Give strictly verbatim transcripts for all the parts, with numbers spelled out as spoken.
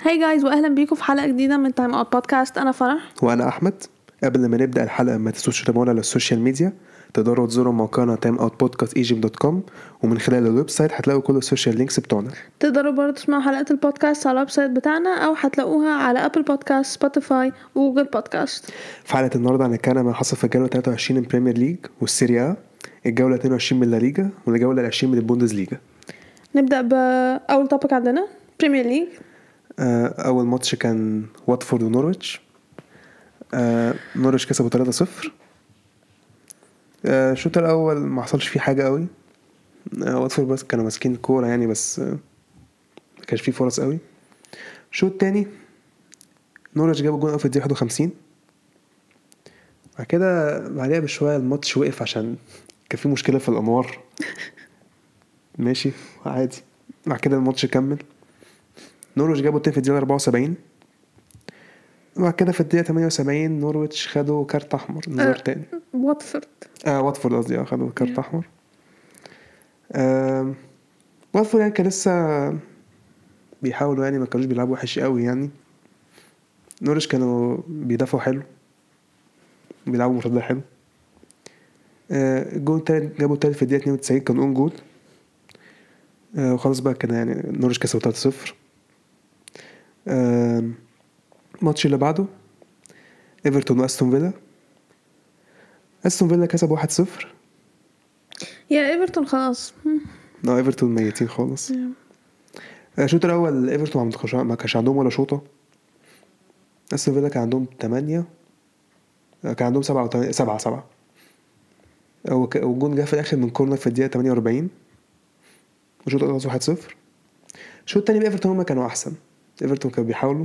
هاي جايز واهلا بيكم في حلقه جديده من تايم اوت بودكاست. انا فرح وانا احمد. قبل ما نبدا الحلقه ما تنسوش تتابعونا على السوشيال ميديا. تقدروا تزوروا موقعنا تايم اوت بودكاست ايجيبت دوت كوم، ومن خلال الويب سايت هتلاقوا كل السوشيال لينكس بتوعنا. تقدروا برضه تسمعوا حلقات البودكاست على الويب سايت بتاعنا او هتلاقوها على ابل بودكاست، سبوتيفاي وجوجل بودكاست. في حلقه النهارده هنتكلم عن حصل في الجوله ثلاثة وعشرين من بريمير ليج والسيريا، الجوله اثنين وعشرين من لا ليجا والجوله عشرين من البوندس ليجا. نبدا باول توبيك عندنا بريمير ليج. اول ماتش كان واتفورد ونورويتش. نورويتش كسبوا ثلاثة صفر. الشوط الاول ما حصلش فيه حاجه قوي. واتفورد بس كانوا ماسكين الكوره يعني، بس ما كانش فيه فرص قوي. الشوط الثاني نورويتش جابوا جون في الدقيقه واحد وخمسين. بعد كده بعدها بشويه الماتش وقف عشان كان في مشكله في الانوار. ماشي عادي. بعد كده الماتش كمل. نورويتش جابوا التاني في الدقيقه أربعة وسبعين. بعد كده في الدقيقه ثمانية وسبعين نورويتش خدوا كارت احمر انذار أه تاني. واتفورد اه واتفورد قصدي اه خدوا كارت احمر. آه واتفورد يعني كان لسه بيحاولوا يعني، ما كانوش بيلعبوا وحش قوي يعني. نورويتش كانوا بيدافعوا حلو، بيلعبوا مرتده حلو. آه الجول التالت جابوا التالت في الدقيقه اتنين وتسعين، كان اون جول. آه وخلاص بقى كان يعني نورويتش كسبوا ثلاثة صفر. آه الماتش اللي بعده ايفرتون واستون فيلا. استون فيلا كسب واحد صفر. يا ايفرتون خلاص. نو ايفرتون ميتين خالص. الشوط الاول ايفرتون ما كانش عندهم ولا شوطه. استون فيلا كان عندهم ثمانية، كان عندهم سبعة سبعة سبعة. والجون جه في الاخر من كورنر في الدقيقه ثمانية وأربعين. الشوط الاول واحد صفر. الشوط الثاني ايفرتون هم كانوا احسن. ايفرتون كانوا بيحاولوا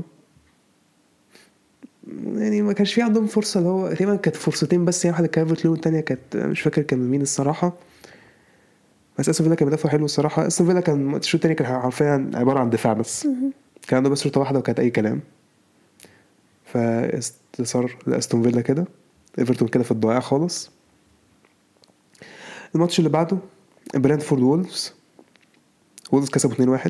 يعني، ما كانش في عندهم فرصه، اللي هو تقريبا كانت فرصتين بس يعني، واحده كانت ايفرتون والثانيه كانت مش فاكر كان مين الصراحه. بس استون فيلا كان بيدافع حلو الصراحه. استون فيلا كان الشوط الثاني كان حرفيا عباره عن دفاع بس. كان عنده بس شوطه واحده وكانت اي كلام. فاستثار لاستون فيلا كده. ايفرتون كده في الضياع خالص. الماتش اللي بعده برينتفورد وولفز. وولفز كسبوا اتنين واحد.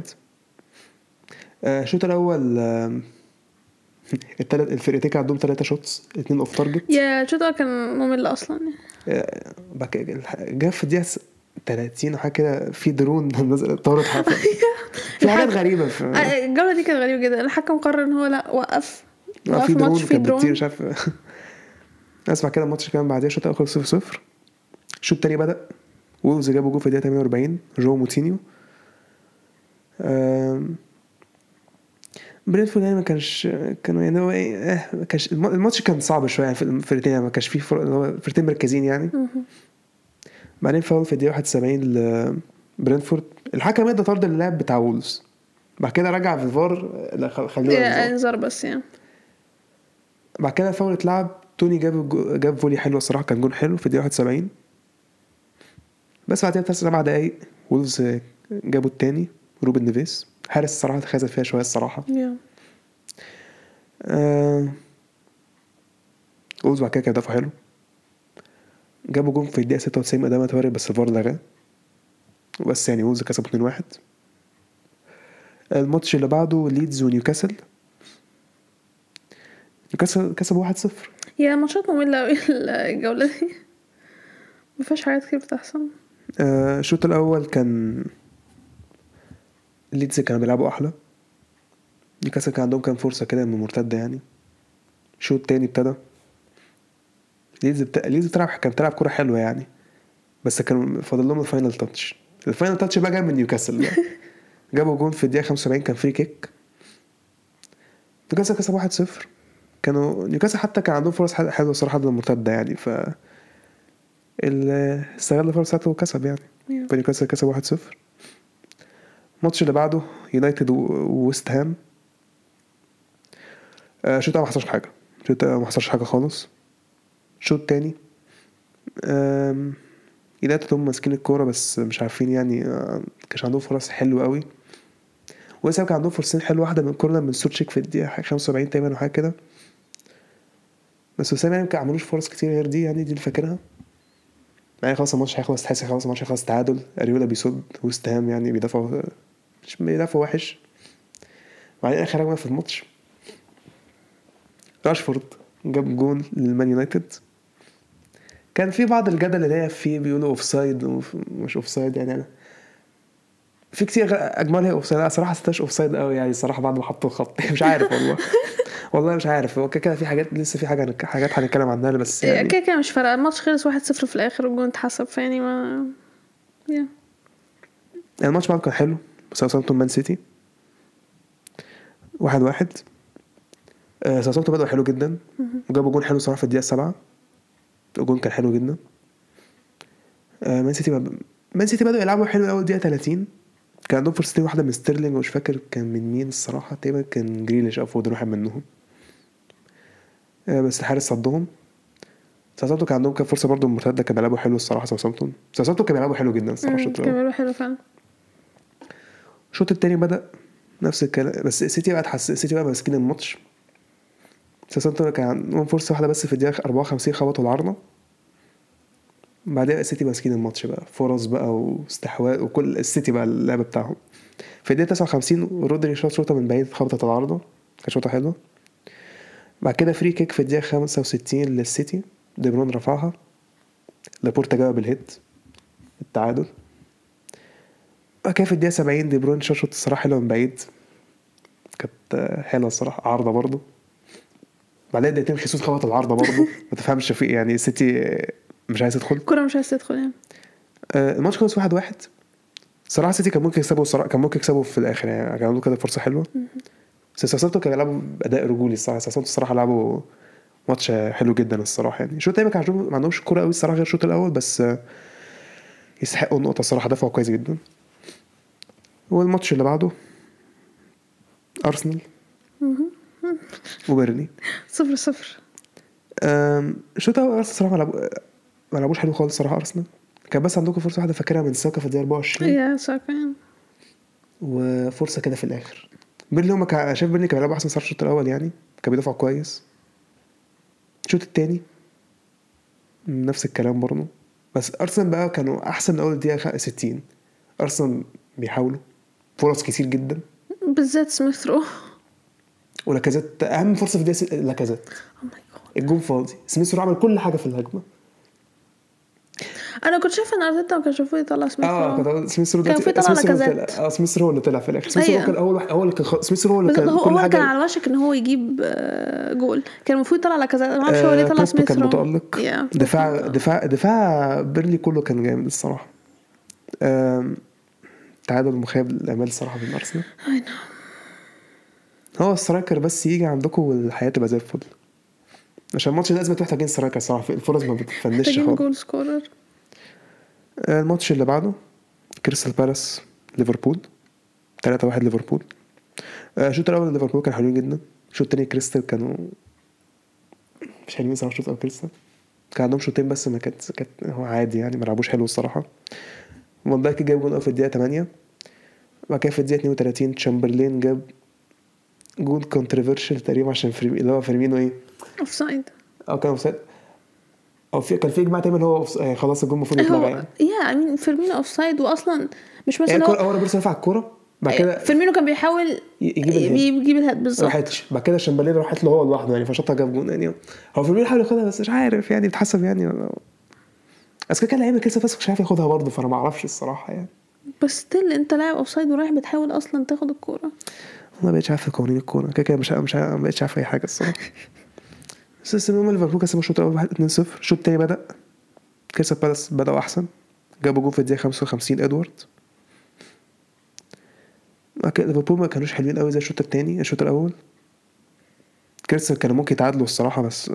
الشوط الاول الثلاث الفرقتين كان عندهم ثلاثة شوتس، اتنين اوف تارجت. يا الشوط ده كان ممل اصلا. جاء في الدقيقه ثلاثين حاجه كده في درون نزل طارت حرفيا. في حاجات غريبه في الجوله دي كانت غريبه جدا. الحكم قرر ان هو لا وقف في درون كان بتطير مش عارف. اسمع كده الماتش كمان بعدها الشوط الاول صفر صفر. الشوط الثاني بدا وولفز جابوا جول في الدقيقه ثمانية وأربعين، جو موتينيو. برينتفورد يعني ما كانش كانوا يعني هو ايه اه ما كانش الماتش كان صعب شويه يعني في الفرقتين يعني، ما كانش فيه فر... هو فرقتين مركزين يعني. بعدين فاول في الدقيقه واحد وسبعين لبرينتفورد. الحكم ادى طرد للاعب بتاع وولفز. بعد كده رجع في الفار خلوه انذار بس يعني. بعد كده فاول اتلعب. توني جاب جاب فولي حلو الصراحه، كان جون حلو في الدقيقه واحد وسبعين. بس بعدين سبع دقايق وولفز جابوا الثاني. روبن نيفيس حارس الصراحه خزل فيها شويه الصراحه. yeah. آه... وولفز بعد كده كان دفع حلو. جابوا جون في الدقيقه ستة وتسعين قدام تواري بس الفار لغاه. بس يعني وولفز كسبوا اتنين واحد. الماتش اللي بعده ليدز ونيوكاسل. نيوكاسل كسبوا واحد صفر. يا ماتشات مملة قوي الجولة دي، ما فيهاش حاجات كتير بتحصل. الشوط الاول كان ليدز كانوا بيلعبوا احلى. نيوكاسل كان عندهم كان فرصه كده من مرتده يعني. الشوط الثاني ابتدى ليدز بتا... ليدز بتلعب كان بتلعب كوره حلوه يعني، بس كان فاضل لهم الفاينل تاتش. الفاينل تاتش بقى جاي من نيوكاسل بقى. جابوا جون في الدقيقه خمسة وسبعين كان فري كيك. نيوكاسل كسب واحد صفر. كانوا نيوكاسل حتى كان عندهم فرص حلوه الصراحه للمرتده يعني، ف استغل فرصته وكسب يعني. yeah. فنيوكاسل كسب واحد صفر. الماتش اللي بعده يونايتد وويست هام. آه شوط ما حصلش حاجه. شوط ما حصلش حاجه خالص. الشوط الثاني يونايتد هم ماسكين الكوره بس مش عارفين يعني، كانش عندهم فرص حلوه قوي. ويست هام كان عندهم فرصتين حلوه، واحده من كورنر من سوتشيك في الدقيقه خمسة وسبعين تقريبا وحاجه كده. بس ويست هام يعني ما عملوش فرص كتير غير دي يعني، دي اللي فاكرها يعني. خلاص الماتش هيخلص، تحس خلاص الماتش هيخلص تعادل. اريولا بيصد ويست هام يعني بيدافعوا مش بيدافعوا وحش. بعدين اخر هجمه في الماتش راشفورد جاب جون للمان يونايتد. كان في بعض الجدل اللي هي فيه بيقولوا اوفسايد ومش اوفسايد يعني أنا في كتير اجمل هي اوفسايد. انا صراحه ستاش اوفسايد قوي يعني الصراحه بعد ما حطوا الخط مش عارف والله والله مش عارف. هو كده في حاجات لسه في حاجه حاجات هنتكلم عنها بس يعني كده كده مش فارقه. الماتش خلص واحد صفر في الاخر والجون اتحسب فاني ما يا الماتش بعد كان حلو. ساوثهامبتون مان سيتي واحد واحد. آه ساوثهامبتون بدأوا حلو جدا وجابوا جون حلو صراحه في الدقيقه السابعة. الجون كان حلو جدا. آه مان سيتي ب... مان سيتي بدأوا يلعبوا حلو اول دقيقه ثلاثين. كان عندهم فرصتين واحده من ستيرلينج ومش فاكر كان من مين الصراحه تقريبا كان جريليش او فودن واحد منهم. آه بس الحارس صدهم. ساوثهامبتون كان عندهم كان فرصه برضو مرتده كان بيلعبوا حلو الصراحه. ساوثهامبتون ساوثهامبتون كان بيلعبوا حلو جدا الصراحه. الشوط كان بيلعبوا حلو فعلا. الشوط الثاني بدأ نفس الكلام بس سيتي بقى تحس سيتي بقى ماسكين الماتش. ساوثهامبتون كان عندهم فرصه واحده بس في الدقيقه أربعة وخمسين خبطوا العارضه. بعدين السيتي ماسكين الماتش بقى فرص بقى واستحواذ وكل السيتي بقى اللعب بتاعهم. في الدقيقه تسعة وخمسين رودري شاط شوطه من بعيد خبطت العارضه كانت شوطه حلوه. بعد كده فري كيك في الدقيقه خمسة وستين للسيتي. دي بروين رفعها لابورتا جاب بالهيد التعادل. بعد كده في الدقيقه سبعين دي بروين شاط شوطه الصراحه حلوه من بعيد كانت حلوه الصراحه عارضه برضو. بعدين دقيقتين خيسوس خبط العارضه برضو ما تفهمش في يعني السيتي مش عايز يدخل الكره مش عايز تدخل يعني. آه الماتش خلص واحد واحد. صراحه سيتي كان ممكن يكسبوا صراحه كان ممكن يكسبوا في الاخر يعني كان عندهم كده فرصه حلوه. بس ساوثهامبتون كانوا بيلعبوا باداء رجولي الصراحه. ساوثهامبتون الصراحه لعبوا ماتش حلو جدا الصراحه يعني. الشوط الثاني ما كانش ما عندهمش كوره قوي الصراحه غير الشوط الاول بس يستحقوا النقطه الصراحه دفعوا كويس جدا. والماتش اللي بعده ارسنال وبيرني صفر صفر. الشوط الاول ارسنال صراحه ما لعبوش حلو خالص صراحه. ارسنال كان بس عندكم فرصه واحده فاكرها من ساكا في الدقيقه أربعة وعشرين يا ساكا وفرصه كده في الاخر. بيرني هم كان شايف بيرني كان بيلعب احسن صراحه الشوط الاول يعني كان بيدافع كويس. الشوط الثاني نفس الكلام برضه بس ارسنال بقى كانوا احسن اول دقيقه ستين. ارسنال بيحاولوا فرص كتير جدا بالذات سميث رو ولاكازيت اهم فرصه في الدقيقه لاكازيت الجون فاضي. سميث رو عمل كل حاجه في الهجمه. انا كنت شايفه ان ارتيتا ما كانش المفروض يطلع سميث رو. اه كان سميث رو كان في طلع لاكازيت. اه سميث رو اللي طلع في الاخر. سميث رو كان اول واحد هو اللي كان سميث رو اللي كان هو كل هو حاجه كان على وشك ان هو يجيب جول. كان المفروض يطلع لاكازيت. ما اعرفش هو ليه طلع سميث رو. كان متالق. دفاع دفاع دفاع بيرلي كله كان جامد الصراحه. تعادل مخيب للامال الصراحه بين ارسنال. هو السترايكر بس يجي عندكم والحياه تبقى زي الفل عشان الماتش ده لازم محتاجين سترايكر صراحه. الفرص ما بتفنش خالص. جول سكورر. الماتش اللي بعده كريستال بالاس ليفربول ثلاثة واحد ليفربول. الشوط الاول ليفربول كان حلوين جدا. الشوط الثاني كريستال كانوا مش حلوين صراحه. الشوط الاول كريستال كان عندهم شوطين بس ما كانت كانت هو عادي يعني ما لعبوش حلو الصراحه. فان دايك جاب جول في الدقيقه ثمانية. بعد كده في الدقيقه اثنين وثلاثين تشامبرلين جاب جول كونتروفيرشال تقريبا عشان فريمينو اللي هو فريمينو ايه اوفسايد او كان اوفسايد او في كان في اجماع تقريبا هو خلاص الجول المفروض يتلغى يعني. يا اي مين فيرمينو اوفسايد واصلا مش مثلا يعني هو روبرتسون رفع الكوره بعد كده فيرمينو كان بيحاول يجيب يجيب الهيد بالظبط راحتش. بعد كده شامبرلين راحت له هو لوحده يعني فشطها جاب جول يعني. هو فيرمينو حاول ياخدها بس مش عارف يعني بتحسب يعني اصل كان لعيبه كده بس مش عارف ياخدها برضه فانا ما اعرفش الصراحه يعني. بس تل انت لاعب اوفسايد ورايح بتحاول اصلا تاخد الكوره. ما بقتش عارف قوانين الكوره كده كده مش مش ما بقتش عارف اي حاجه الصراحه. بس المهم ليفربول كسبوا الشوط الاول اتنين صفر. الشوط الثاني بدا كريستال بالاس بدأوا احسن. جابوا جول في الدقيقه خمسة وخمسين ادوارد. ليفربول ما كانوش حلوين قوي زي الشوط الثاني. الشوط الاول كريستال كانوا ممكن يتعادلوا الصراحه بس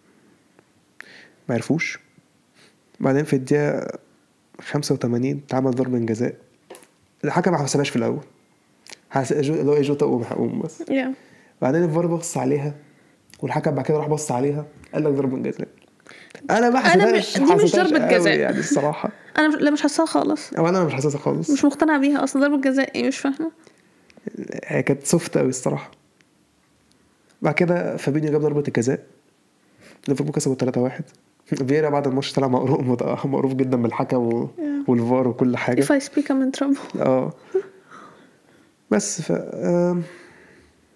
ما عرفوش. بعدين في الدقيقه خمسة وثمانين اتعمل ضربه جزاء. الحكم ما حسبهاش في الاول اللي هو ايه جوتا ومحقوم بس. yeah. بعدين الفار بص عليها والحكم بعد كده راح بص عليها قال لك ضربه جزاء. انا ما حسيتهاش دي مش ضربه جزاء يعني الصراحه. انا مش... لا مش حاساها خالص او انا مش حاسسها خالص مش مقتنعه بيها اصلا. ضربه جزاء ايه مش فاهمه. هي كانت سوفت قوي الصراحه. بعد كده فابينيو جاب ضربه الجزاء. ليفربول كسبوا ثلاثة واحد. فييرا بعد الماتش طلع مقروف مقروف جدا بالحكم و... yeah. والفار وكل حاجه. if I speak I'm in trouble. اه بس ف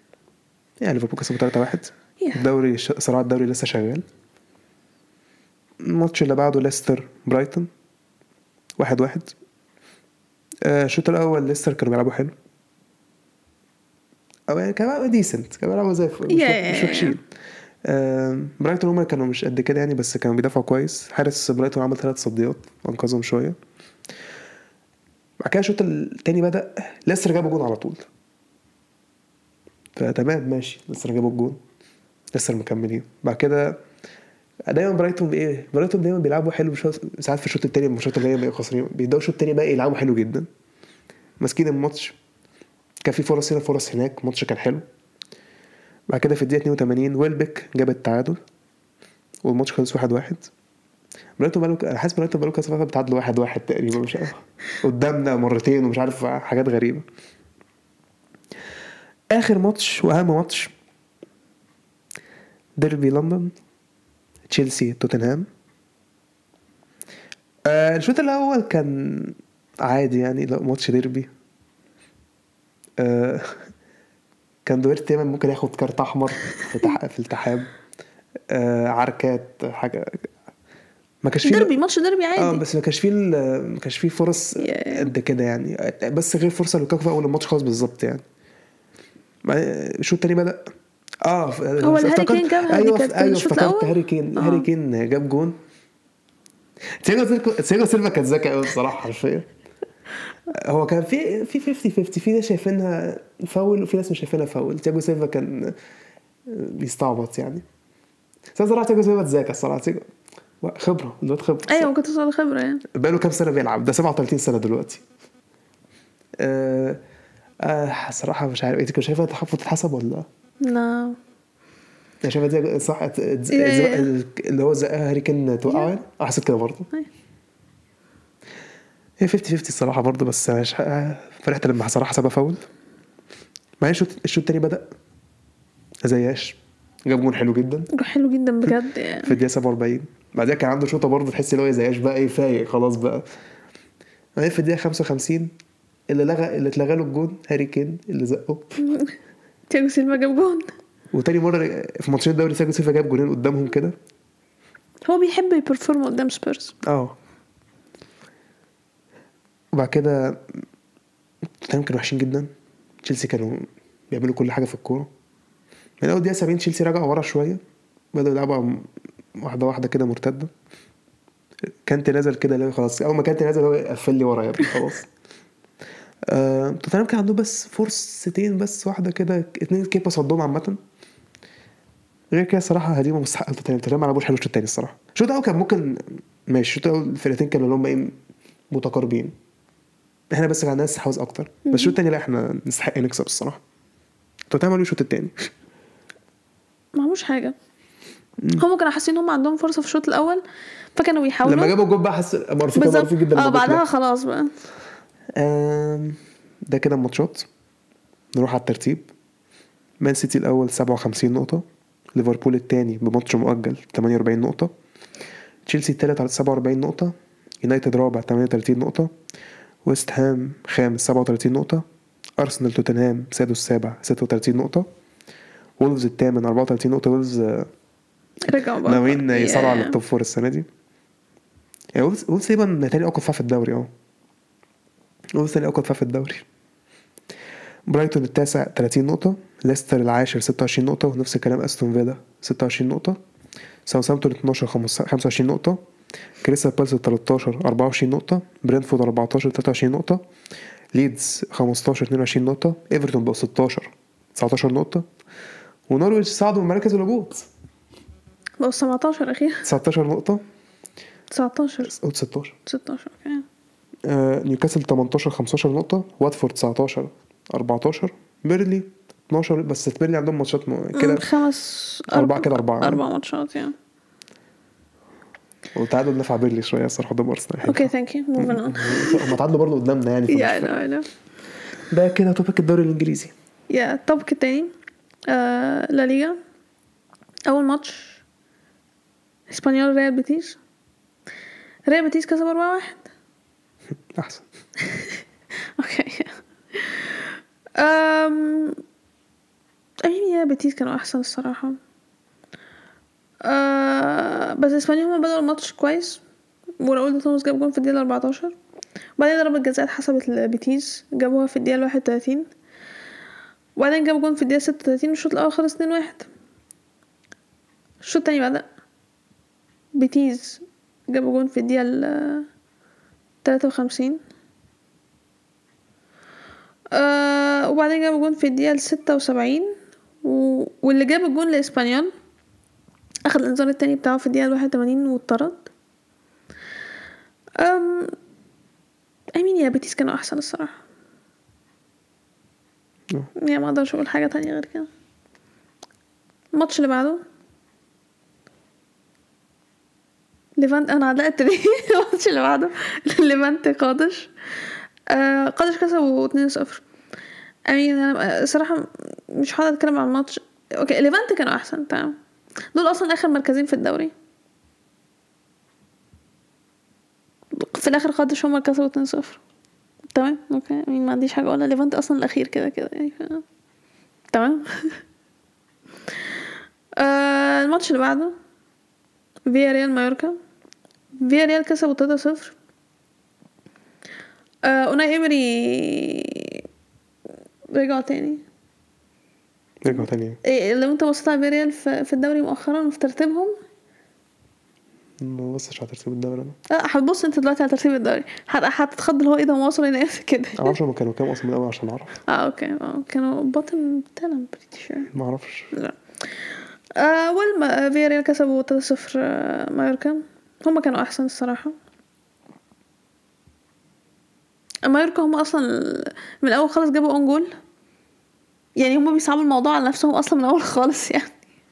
يعني ليفربول كسبوا ثلاثة واحد. Yeah. الدوري ش... صراع الدوري لسه شغال. الماتش اللي بعده ليستر برايتون واحد واحد. آه، الشوط الاول ليستر كانوا بيلعبوا حلو او يعني كانوا ديسنت، كانوا بيلعبوا زي الفل، مش Yeah. مش وحشين. آه، برايتون هما كانوا مش قد كده يعني، بس كانوا بيدافعوا كويس. حارس برايتون عمل ثلاث صديات وانقذهم شويه. بعد كده الشوط التاني بدأ ليستر جابوا جون على طول، فتمام ماشي، ليستر جابوا الجون، ليستر مكملين. بعد كده دايما برايتون ايه برايتون دايما بيلعبوا حلو ساعات في الشوط التاني، الماتشات اللي هي بيبقوا خسرانين بيبداوا الشوط التاني بقى يلعبوا حلو جدا، ماسكين الماتش. كان في فرص هنا فرص هناك، الماتش كان حلو. بعد كده في الدقيقه اتنين وتمانين ويلبك جاب التعادل والماتش خلص واحد واحد. برايتون بقى انا حاسس برايتون بقى كده بتعادل واحد واحد تقريبا، مش عارف قدامنا مرتين ومش عارف حاجات غريبه. اخر ماتش واهم ماتش ديربي لندن، تشيلسي توتنهام. آه الشوط الاول كان عادي يعني، لا ماتش ديربي. آه كان دوير تيما ممكن ياخد كارت احمر في تح... في التحام. آه عركات حاجه ما كانش فيه دربي، ماتش دربي عادي. اه بس ما كانش فيه ما كانش فيه فرص Yeah. قد كده يعني، بس غير فرصه لوكاكو في اول الماتش خالص بالظبط يعني. الشوط الثاني بدا اه هو الهاري كين جابها. ايوه دي كانت ايوه الشوط افتكرت الاول. هاري كين. آه. هاري كين جاب جون. تياجو سيلفا تياجو سيلفا كان ذكي قوي بصراحه حرفيا. هو كان في في خمسين خمسين، في ناس شايفينها فاول وفي ناس مش شايفينها فاول. تياجو سيلفا كان بيستعبط يعني. صراحه تياجو سيلفا ذكي الصراحه، تياجو خبره، الواد خبره. ايوه كنت صار خبره يعني. بقاله كام سنه بيلعب، ده سبعة وتلاتين سنه دلوقتي. آه آه صراحه مش عارف انت شايفها تحفظ تتحسب ولا لا انا شايفها زي صح Yeah, yeah. اللي هو زي هاري كين توقع يعني. Yeah. حسيت كده برضه أي. هي خمسين خمسين الصراحه برضه، بس مش فرحت لما صراحه حسبها فاول. معلش الشوط الثاني بدا زياش جاب جون حلو جدا، حلو جدا بجد يعني. في الدقيقه سبعة واربعين. بعدها كان عنده شوطه برضه تحس ان هو زياش بقى ايه فايق خلاص بقى. بعدين في الدقيقه خمسة وخمسين اللي لغى اللي اتلغى له الجون هاري كين اللي زقه. تياجو سيلفا جاب جون. وتاني مره في ماتشين الدوري تياجو سيلفا جاب جونين قدامهم كده. هو بيحب يبرفورم قدام سبيرز. اه وبعد كده توتنهام كانوا وحشين جدا، تشيلسي كانوا بيعملوا كل حاجه في الكوره. من اول دقيقه سبعين تشيلسي رجعوا ورا شويه، بدأوا يلعبوا واحده واحده كده مرتده. كانت نازل كده لا خلاص، اول ما كانت نازل هو قفل لي ورا يا ابني خلاص. آه، توتنهام كان عنده بس فرصتين بس، واحده كده اتنين كيبا صدهم عامه. غير كده صراحه هديمه مستحقه توتنهام. توتنهام ما لعبوش حلو الشوط الثاني الصراحه. الشوط الاول كان ممكن ماشي، الشوط الاول الفرقتين كانوا اللي هم ايه متقاربين، احنا بس كان عندنا استحواذ اكتر. بس الشوط الثاني لا احنا نستحق نكسب الصراحه. توتنهام عملوا الشوط الثاني ما عملوش حاجه. هم كانوا حاسين ان هم عندهم فرصه في الشوط الاول فكانوا بيحاولوا. لما جابوا الجول بقى حس مرفوض مرفوض جدا. اه بعدها خلاص بقى. آم، ده كده الماتشات. نروح على الترتيب. مان سيتي الاول سبعة وخمسين نقطه، ليفربول الثاني بماتش مؤجل تمانية واربعين نقطه، تشيلسي الثالث على سبعة واربعين نقطه، يونايتد رابع تمانية وتلاتين نقطه، ويست هام خامس سبعة وتلاتين نقطه، ارسنال توتنهام سادس سابع ستة وتلاتين نقطه، وولفز الثامن اربعة وتلاتين نقطه. وولفز رجعوا بقى ناويين يصارعوا yeah. على التوب فور السنه دي. يعني وولفز وولفز تقريبا تاني اقوى دفاع في الدوري. اه وولفز تاني اقوى دفاع في الدوري. برايتون التاسع تلاتين نقطه، ليستر العاشر ستة وعشرين نقطه، ونفس الكلام استون فيلا ستة وعشرين نقطه، ساوثهامبتون اتناشر خمسة وعشرين نقطه، كريستال بالاس تلتاشر اربعة وعشرين نقطه، برينفورد اربعتاشر تلاتة وعشرين نقطه، ليدز خمستاشر اتنين وعشرين نقطه، ايفرتون بقى ستاشر تسعتاشر نقطه، ونورويتش صعدوا من مراكز الهبوط بقوا سبعتاشر اخيرا تسعتاشر نقطه. تسعتاشر او ستاشر ستاشر اوكي. آه، نيوكاسل تمنتاشر خمستاشر نقطه، واتفورد تسعتاشر اربعتاشر، بيرلي اتناشر. بس بيرلي عندهم ماتشات م... كده خمس أربعة كده أربعة أربع ماتشات يعني. وتعادل نفع بيرلي شوية الصراحة قدام أرسنال. اوكي ثانك يو موفين اون. هم تعادلوا برضه قدامنا يعني. يا اي نو. ده كده توبك الدوري الإنجليزي. يا الطبق التاني آه لا ليغا. أول ماتش اسبانيول ريال بيتيس. ريال بيتيس كسب أربعة واحد. أحسن. اوكي. أم امين يا بيتيس كانوا احسن الصراحه. آه بس اسبانيول هما بدأوا الماتش كويس، وراؤول دي توماس جاب جون في الدقيقه أربعتاشر، وبعدين ضربة جزاء اتحسبت لبيتيس جابوها في الدقيقه واحد وتلاتين، وبعدين جابوا جون في الدقيقه ستة وتلاتين والشوط الاول خلص اتنين واحد. الشوط التاني بدأ بيتيس جابوا جون في الدقيقه تلاتة وخمسين، آه وبعدين جابوا جون في الدقيقه ستة وسبعين، و... واللي جاب الجون لاسبانيول اخد الانذار التاني بتاعه في الدقيقه واحد وتمانين واتطرد. أم امين يا بيتيس كانوا احسن الصراحه. يعني ما اقدرش اقول حاجه تانية غير كده. الماتش اللي بعده ليفانت، انا علقت ليه الماتش اللي بعده ليفانت قادش. آه قادش كسبوا اتنين صفر. امين انا صراحه مش هقدر اتكلم عن الماتش. اوكي ليفانت كانوا احسن تمام، دول اصلا اخر مركزين في الدوري، في الاخر قادش هم كسبوا اتنين صفر تمام. اوكي امين ما عنديش حاجه اقولها، ليفانت اصلا الاخير كده كده يعني ف... تمام. آه الماتش اللي بعده فيا ريال مايوركا. فيا ريال كسبوا تلاتة صفر. آه اوناي ايمري رجعوا تاني رجعوا تاني إيه لو انت بصيت على فيا ريال في في الدوري مؤخرا في ترتيبهم. ما بصش على ترتيب الدوري انا. لا هتبص انت دلوقتي على ترتيب الدوري هتتخض اللي هو ايه ده، هم وصلوا هنا كده. معرفش هما كانوا كام اصلا من الاول عشان اعرف. اه اوكي اه كانوا بطل تلم بريتي شور. معرفش. لا آه والما فيا ريال كسبوا تلاتة صفر آه مايوركا. هما كانوا احسن الصراحه. مايوركا هم اصلا من الاول خالص جابوا اون جول، يعني هم بيصعبوا الموضوع على نفسهم اصلا من الاول خالص يعني.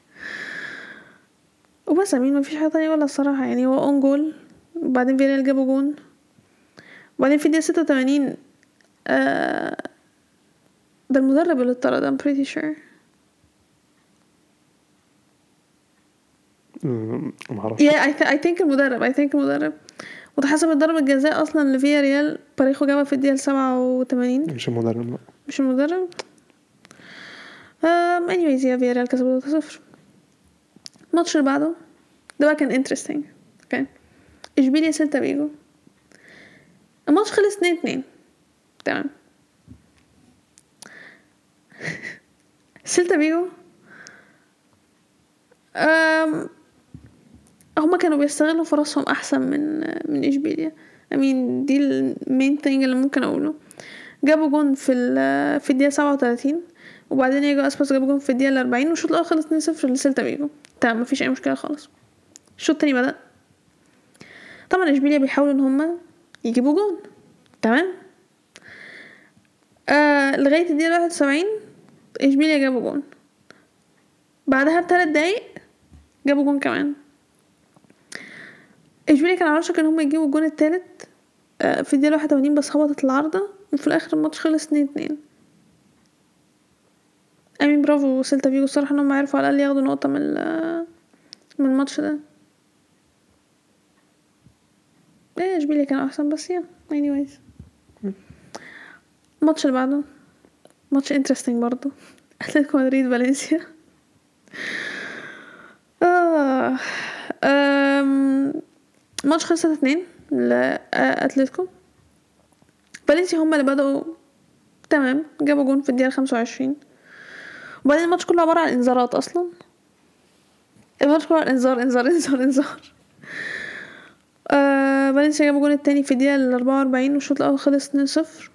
وبس امين ما فيش حاجه تانية ولا الصراحه، يعني هو اون جول وبعدين فيريال جابوا جون، وبعدين في الدقيقه ستة وتمانين آه ده المدرب اللي اتطرد I'm pretty sure. معرفش. yeah I, th- I think المدرب I think المدرب وتحسب ضربة الجزاء اصلا لفيا ريال باريخو جابها في الدقيقه سبعة وتمانين. مش المدرب لا. مش المدرب. um, anyways يا فيا ريال كسبوا تلاتة صفر. الماتش اللي بعده ده بقى كان interesting. اوكي اشبيليا سيلتا فيجو. الماتش خلص اتنين اتنين تمام. سيلتا فيجو أم هما كانوا بيستغلوا فرصهم احسن من من اشبيليا. I mean دي المين ثينج اللي ممكن اقوله. جابوا جون في في الدقيقه سبعة وتلاتين، وبعدين يجوا اسباس جابوا جون في الدقيقه أربعين، والشوط الاول خلص اتنين صفر لسيلتا فيجو تمام. مفيش اي مشكله خالص. الشوط الثاني بدا طبعا اشبيليا بيحاولوا ان هما يجيبوا جون تمام. آه لغايه الدقيقه واحد وسبعين اشبيليا جابوا جون، بعدها بثلاث دقايق جابوا جون كمان. اشبيليا كان على وشك ان هم يجيبوا الجون الثالث آه في الدقيقه واحد وتمانين، بس هبطت العارضه وفي الاخر الماتش خلص اتنين اتنين. امين برافو سيلتا فيجو الصراحه انهم عرفوا على الاقل ياخدوا نقطه من من الماتش ده. ايه اشبيليا كانوا احسن بس يا anyways. الماتش اللي بعده ماتش انترستينج برضو اتلتيكو مدريد فالنسيا. اه امم ماتش خلص اتنين لاتلتيكو. فالنسيا هم اللي بدأوا تمام، جابوا جون في الدقيقه خمسة وعشرين، وبعدين الماتش كله عباره عن انذارات اصلا. الماتش كله انذار انذار انذار انذار. آه فالنسيا جابوا جون التاني في الدقيقه أربعة وأربعين، والشوط الاول خلص اتنين صفر.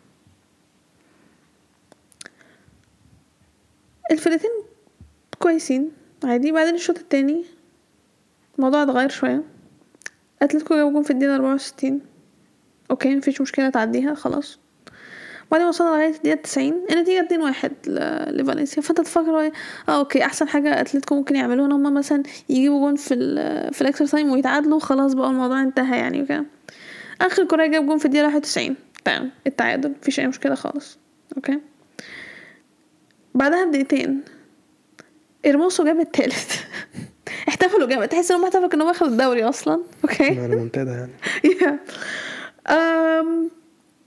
الفرقتين كويسين عادي. بعدين الشوط التاني الموضوع اتغير شويه. اتلتيكو جابوا جون في الدقيقه أربعة وستين، اوكي مفيش مشكله تعديها خلاص. بعدين وصلنا لغايه الدقيقه تسعين النتيجه اتنين واحد لفالنسيا. فانت تفكر اه اوكي احسن حاجه اتلتيكو ممكن يعملوها ان هم مثلا يجيبوا جون في ال في الاكسترا تايم ويتعادلوا خلاص بقى الموضوع انتهى يعني. اوكي اخر كره جاب جون في الدقيقه واحد وتسعين تمام التعادل مفيش اي مشكله خالص. اوكي بعدها بدقيقتين ارموسو جاب الثالث. احتفلوا جامد، تحس انهم احتفلوا انهم اخذوا الدوري اصلا. اوكي انا منتدى يعني امم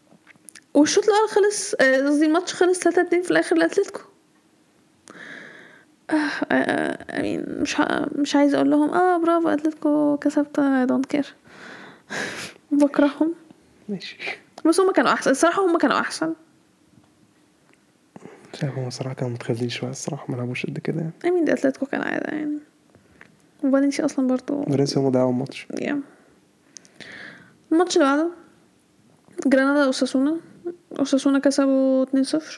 والشوط الاول خلص قصدي الماتش خلص تلاتة اتنين في الاخر لاتلتيكو. I mean مش ه... مش عايزه اقول لهم اه برافو اتلتيكو كسبت I don't care بكرههم ماشي. بس هم كانوا احسن الصراحه هم كانوا احسن شايف هم صراحة كانوا متخاذلين شوية الصراحة ما لعبوش قد كده يعني. I mean دي اتلتيكو كان عادة يعني وفالنسيا اصلا برضو فالنسيا هم ضيعوا الماتش. yeah. الماتش اللي بعده جرانادا وساسونا. وساسونا كسبوا اتنين صفر.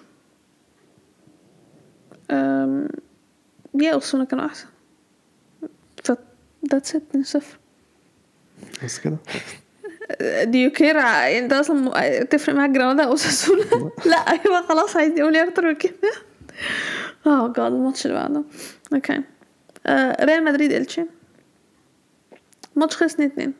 امم يا أساسونا كانوا احسن ف that's it اتنين صفر بس كده. do you care انت اصلا م- تفرق معاك جرانادا او ساسونا؟ لا ايوه خلاص عايز يقول اكتر من كده. اه جاد الماتش اللي بعده اوكي آه ريال مدريد التشي. ماتش خلص اتنين اتنين.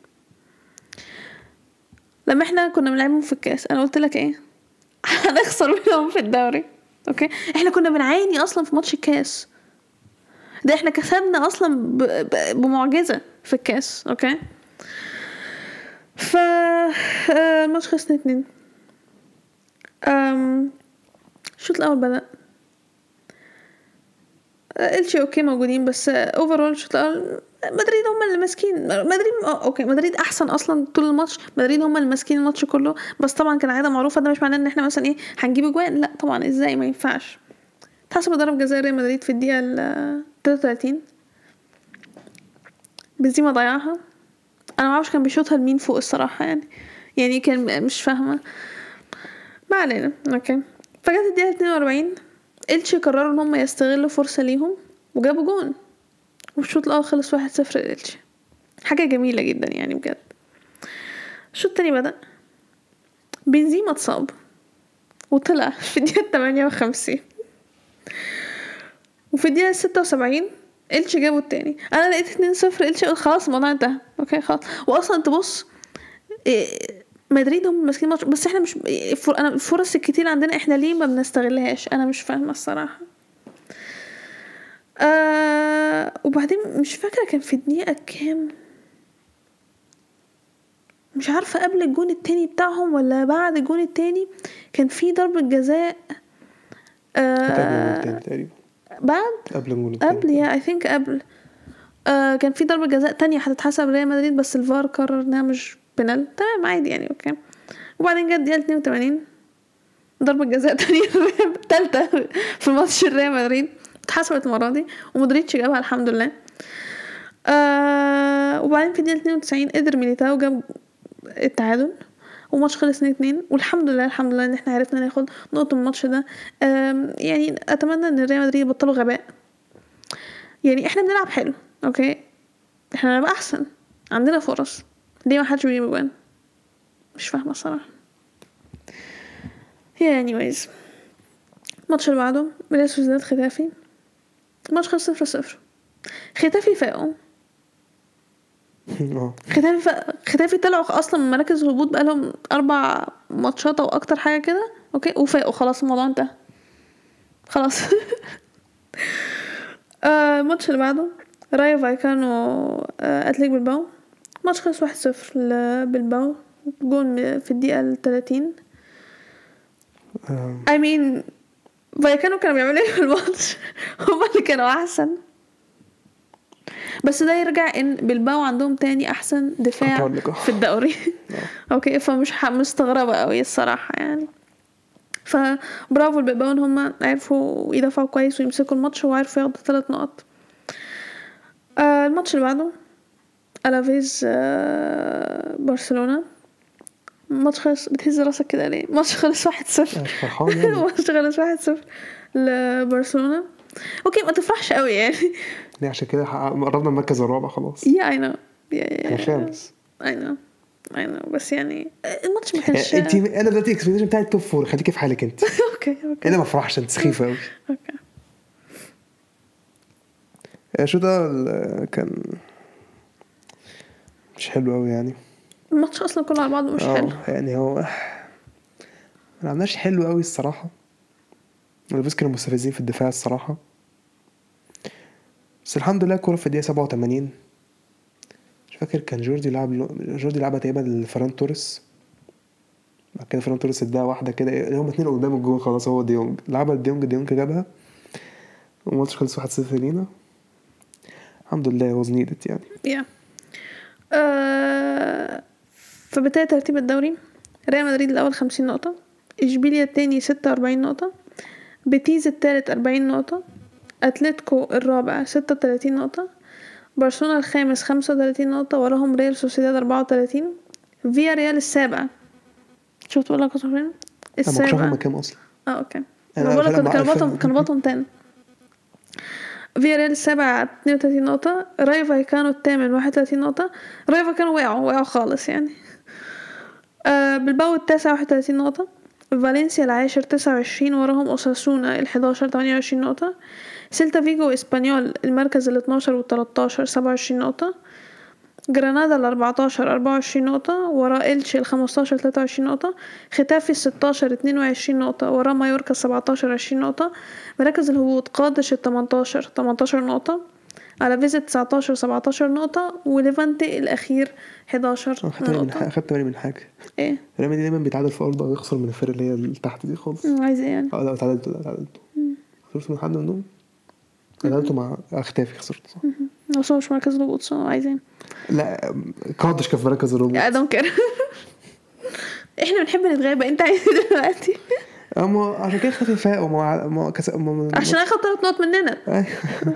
لما احنا كنا بنلعبهم في الكاس انا قلت لك ايه هنخسر منهم في الدوري. اوكي احنا كنا بنعاني اصلا في ماتش الكاس ده احنا كسبنا اصلا ب... ب... بمعجزه في الكاس. اوكي ف آه، الماتش خلص اتنين اتنين. امم الشوط الاول بدا آه، التشي اوكي موجودين بس اوفرول الشوط الاول مدريد هم اللي ماسكين مدريد آه، اوكي مدريد احسن اصلا طول الماتش. مدريد هم اللي ماسكين الماتش كله بس طبعا كان عاده معروفه ده مش معناه ان احنا مثلا ايه هنجيب اجوان لا طبعا ازاي ما ينفعش. اتحسب ضربه جزاء ريال مدريد في الدقيقه ال تلاتة وتلاتين. بنزيما ضيعها. انا ما اعرفش كان بيشوطها لمين فوق الصراحه يعني يعني كان مش فاهمه ما علينا. اوكي فجت الدقيقه اتنين واربعين التشي قرروا ان هم يستغلوا فرصه ليهم وجابوا جون والشوط الاول خلص واحد صفر للتشي. حاجه جميله جدا يعني بجد. الشوط التاني بدا بنزيما اتصاب وطلع في الدقيقه تمانية وخمسين وفي الدقيقه ستة وسبعين التشي جابوا التاني. انا لقيت اتنين صفر التشي قلت خلاص الموضوع انتهى. اوكي خلاص واصلا تبص إيه مدريد هم ماسكين ماتش بس احنا مش فر... انا الفرص الكتير عندنا احنا ليه ما بنستغلهاش انا مش فاهمه الصراحه. آه وبعدين مش فاكره كان في الدقيقه كام مش عارفه قبل الجون التاني بتاعهم ولا بعد الجون التاني كان في ضربه جزاء كانت قبل الجول آه التاني تقريبا. بعد قبل الجول التاني. قبل يا اي ثينك قبل آه كان في ضربه جزاء تانية هتتحسب ريال مدريد بس الفار قرر انها مش بنال تمام عادي يعني. اوكي وبعدين جت الدقيقه اتنين وتمانين ضربه جزاء تانية الثالثه في ماتش ريال مدريد اتحسبت المره دي ومودريتش جابها الحمد لله. آه وبعدين في الدقيقه اتنين وتسعين قدر ميليتاو جاب التعادل وماتش خلص اتنين اتنين والحمد لله الحمد لله ان احنا عرفنا ناخد نقطه من الماتش ده. آه يعني اتمنى ان ريال مدريد يبطلوا غباء يعني احنا بنلعب حلو. اوكي احنا نبقى احسن عندنا فرص ليه ما حدش بيجيب جوان مش فاهمه الصراحه. هي anyways الماتش اللي بعده ريال سوسيداد ختافي. الماتش خلص صفر صفر. ختافي فاقوا اه ختافي فا... ختافي طلعوا اصلا من مراكز الهبوط بقالهم اربع ماتشات او اكتر حاجه كده. اوكي وفاقوا خلاص الموضوع انتهى خلاص. آه الماتش اللي بعده رايو فايكانو آه اتليك بالباو. الماتش خلص واحد صفر لبلباو جون في الدقيقه التلاتين. آم، I mean فايكانو كانوا بيعملوا ايه في الماتش هما اللي كانوا احسن بس ده يرجع ان بلباو عندهم تاني احسن كنت دفاع هقول لك اه. في الدوري. اوكي فمش ح- مستغربه قوي الصراحه يعني. فبرافو البلباو ان هم عرفوا يدافعوا كويس ويمسكوا الماتش وعرفوا ياخدوا ثلاث نقط. آه الماتش اللي بعده الافيز آه برشلونه. الماتش خلص بتهز راسك كده ليه الماتش خلص واحد صفر. مش فرحان يعني. الماتش خلص واحد صفر لبرشلونه. اوكي ما تفرحش قوي يعني. ليه عشان كده حقق- قربنا المركز الرابع خلاص. yeah I know yeah, yeah, احنا yeah. خامس. I know I know بس يعني الماتش ما كانش انت انا دلوقتي الاكسبكتيشن بتاعي التوب فور خليكي في حالك انت. اوكي اوكي انا ما افرحش انت سخيفه قوي. اوكي شو ده ال- كان مش حلو قوي يعني. الماتش اصلا كله على بعضه مش حلو. اه يعني هو ما لعبناش حلو قوي الصراحه. الفيس كانوا مستفزين في الدفاع الصراحه بس الحمد لله الكوره في الدقيقه سبعة وتمانين مش فاكر كان جوردي لعب جوردي لعبها تقريبا لفران توريس. بعد كده فران توريس اداها واحده كده هم اتنين قدام الجون خلاص هو ديونج لعبها لديونج ديونج جابها الماتش خلص واحد صفر لينا الحمد لله was needed يعني. yeah. آه فبالتالي ترتيب الدوري ريال مدريد الأول خمسين نقطة، إشبيليا التاني ستة وأربعين نقطة، بيتيز التالت أربعين نقطة، أتلتيكو الرابع ستة وتلاتين نقطة، برشلونة الخامس خمسة وتلاتين نقطة، وراهم ريال سوسيداد أربعة وتلاتين، فيا ريال السابع. شفت بقول لك كسرين السابع السابع كام اصلا؟ اه اوكي أنا بقول لك فعلاً كان مع- بطل كان بطل تاني. فيا ريال السابع اتنين وتلاتين نقطة، راي فايكانو الثامن واحد وتلاتين نقطة. راي فايكانو وقعوا وقعوا خالص يعني. آه بالباو التاسع واحد وتلاتين نقطة، فالنسيا العاشر تسعة وعشرين، وراهم أوساسونا الحداشر تمانية وعشرين نقطة، سيلتا فيجو إسبانيول المركز الاتناشر والتلاتاشر سبعة وعشرين نقطة، جرانادا الأربعتاشر أربعة وعشرين نقطة، ورا إلتش الخمستاشر تلاتة وعشرين نقطة، ختافي الستاشر اتنين وعشرين نقطة، ورا مايوركا السبعتاشر عشرين نقطة. مراكز الهبوط قادش التمنتاشر تمنتاشر نقطة، على فيزا تسعتاشر سبعتاشر نقطة، وليفانتي الأخير حداشر خدت بالي من حاجه نقطة. خدت بالي من حاجه ايه ريال مدريد دايما بيتعادل في ارضه ويخسر من الفرق اللي هي اللي تحت دي خالص. مم، عايز ايه يعني؟ اه لا اتعادلت لا اتعادلت خسرت من حد منهم اتعادلت مع اختافي خسرت صح. بس هو مش مركز الهبوط صح عايز ايه؟ لا قادش كان في مركز الهبوط. I don't care. احنا بنحب نتغابى، انت عايز ايه دلوقتي؟ اما عشان كده اختفي فاق وما ما كس ما عشان اخد ثلاث نقط مننا. أيوة.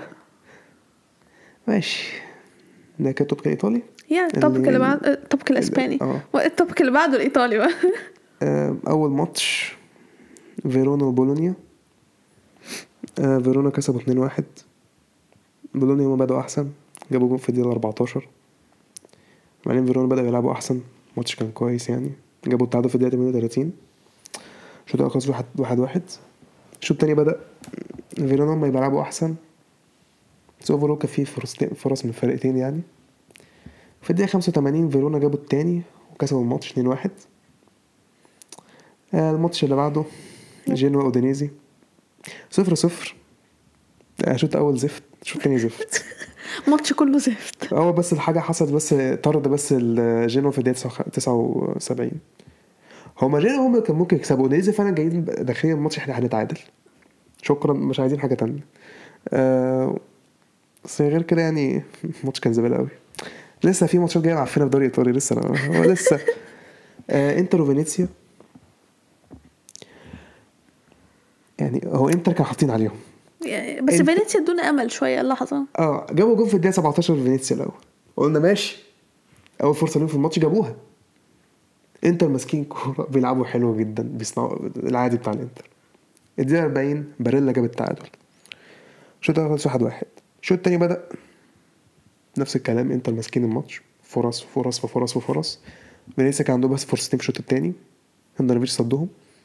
ماشي ده كان التوبيك الايطالي. يا التوبيك اللي بعد التوبيك الاسباني اه والتوبيك اللي بعده الايطالي بقى. آه، اول ماتش فيرونا وبولونيا. آه، فيرونا كسبوا اتنين واحد. بولونيا هما بدأوا احسن جابوا جول في الدقيقه أربعتاشر. بعدين فيرونا بدأوا يلعبوا احسن الماتش كان كويس يعني جابوا التعادل في الدقيقه تمانية وتلاتين. الشوط الاول خلص واحد واحد واحد. الشوط التاني بدأ فيرونا هما يلعبوا احسن بس اوفرول كان فيه فرص فرص من الفرقتين يعني. في الدقيقه خمسة وتمانين فيرونا جابوا التاني وكسبوا الماتش اتنين واحد. آه، الماتش اللي بعده جينوا اودينيزي صفر صفر. شوط اول زفت شوط تاني زفت. ماتش كله زفت. اول بس الحاجه حصلت بس طرد بس الجينوا في الدقيقه تسعة وسبعين. هما جينوا هما كان ممكن يكسبوا اودينيزي فعلا جايين داخلين الماتش احنا هنتعادل شكرا مش عايزين حاجه تانية. أه بس غير كده يعني الماتش كان زباله قوي. لسه في ماتشات جايه معفنه في دوري ايطالي لسه أنا هو لسه أه انتر وفينيسيا يعني هو انتر كانوا حاطين عليهم يعني بس انت- فينيسيا ادونا امل شويه اللحظه. اه جابوا جول في الدقيقه سبعتاشر في فينيسيا الاول قلنا ماشي اول فرصه لهم في الماتش جابوها. انتر ماسكين كوره بيلعبوا حلو جدا بيصنعوا العادي بتاع الانتر. الدقيقه أربعين باريلا جاب التعادل. الشوط الاول خلص واحد واحد. الشوط الثاني بدا نفس الكلام انتر ماسكين الماتش فرص فرص وفرص وفرص. فينيسيا كان عنده بس فرصتين في الشوط الثاني هندرفيش صدهم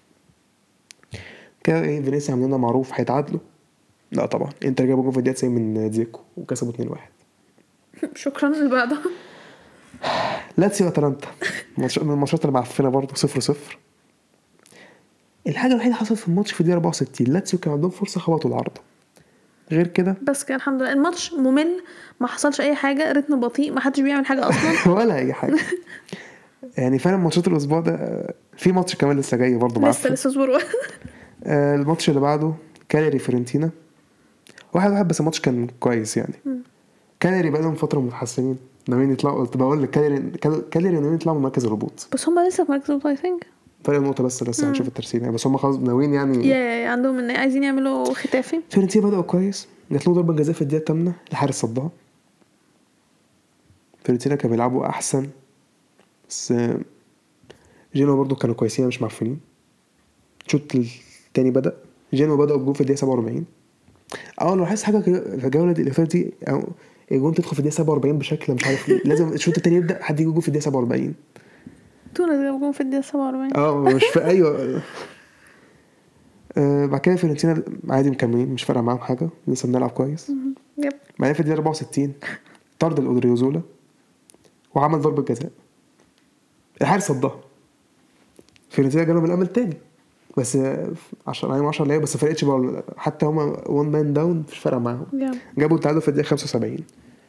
كده. ايه فينيسيا عاملينها معروف هيتعادلوا. لا طبعا انتر جابوا جول في الدقيقه تسعين من زيكو وكسبوا اتنين واحد. شكرا اللي بعده. لاتسيو اتلانتا ماتش من الماتشات اللي معفنه برضه صفر صفر. الحاجه الوحيده اللي حصلت في الماتش في الدقيقه أربعة وستين لاتسيو كان عندهم فرصه خبطوا العارضه غير كده بس كان الحمد لله الماتش ممل ما حصلش اي حاجه رتم بطيء ما حدش بيعمل حاجه اصلا. ولا اي حاجه. يعني فعلا ماتشات الاسبوع ده في ماتش كمان لسه جاي برضه لسه معفن. لسه اصبروا. آه، الماتش اللي بعده كاليري فيورنتينا واحد واحد بس الماتش كان كويس يعني. كاليري بقى لهم فتره متحسنين ناويين يطلعوا قلت بقول لك كاليري كاليري ناويين يطلعوا من مركز الهبوط بس هم لسه في مركز اي ثينك. فرق نقطه بس لسه هنشوف الترسيم يعني بس هم خلاص ناويين يعني. يا عندهم ان عايزين يعملوا ختافي. فيورنتينا بدأوا كويس جات له ضربه جزاء في الدقيقه الثامنة الحارس صدها. فيورنتينا كانوا بيلعبوا احسن بس جينوا برضو كانوا كويسين مش معفنين. الشوط الثاني بدأ جينوا بدأوا بجول في الدقيقه سبعة وأربعين. اه انا لاحظت حاجه في الجوله دي الاخيره دي الجون تدخل في الدقيقه سبعة وأربعين بشكل مش عارف ليه لازم الشوط الثاني يبدا حد يجي جول في الدقيقه سبعة وأربعين. تونس جابوا في الدقيقه سبعة وأربعين. اه مش في ايوه. آه بعد كده فيورنتينا عادي مكملين مش فارقه معاهم حاجه لسه بنلعب كويس. يب. بعدين في الدقيقه أربعة وستين طرد الاودريوزولا وعمل ضربه جزاء الحارس صدها. فيورنتينا جالهم الامل تاني بس عشرة يعني عشرة لعيبه بس فرقتش بقى حتى هما وان مان داون مش فارقه معاهم. يب. جابوا التعادل في الدقيقه خمسة وسبعين.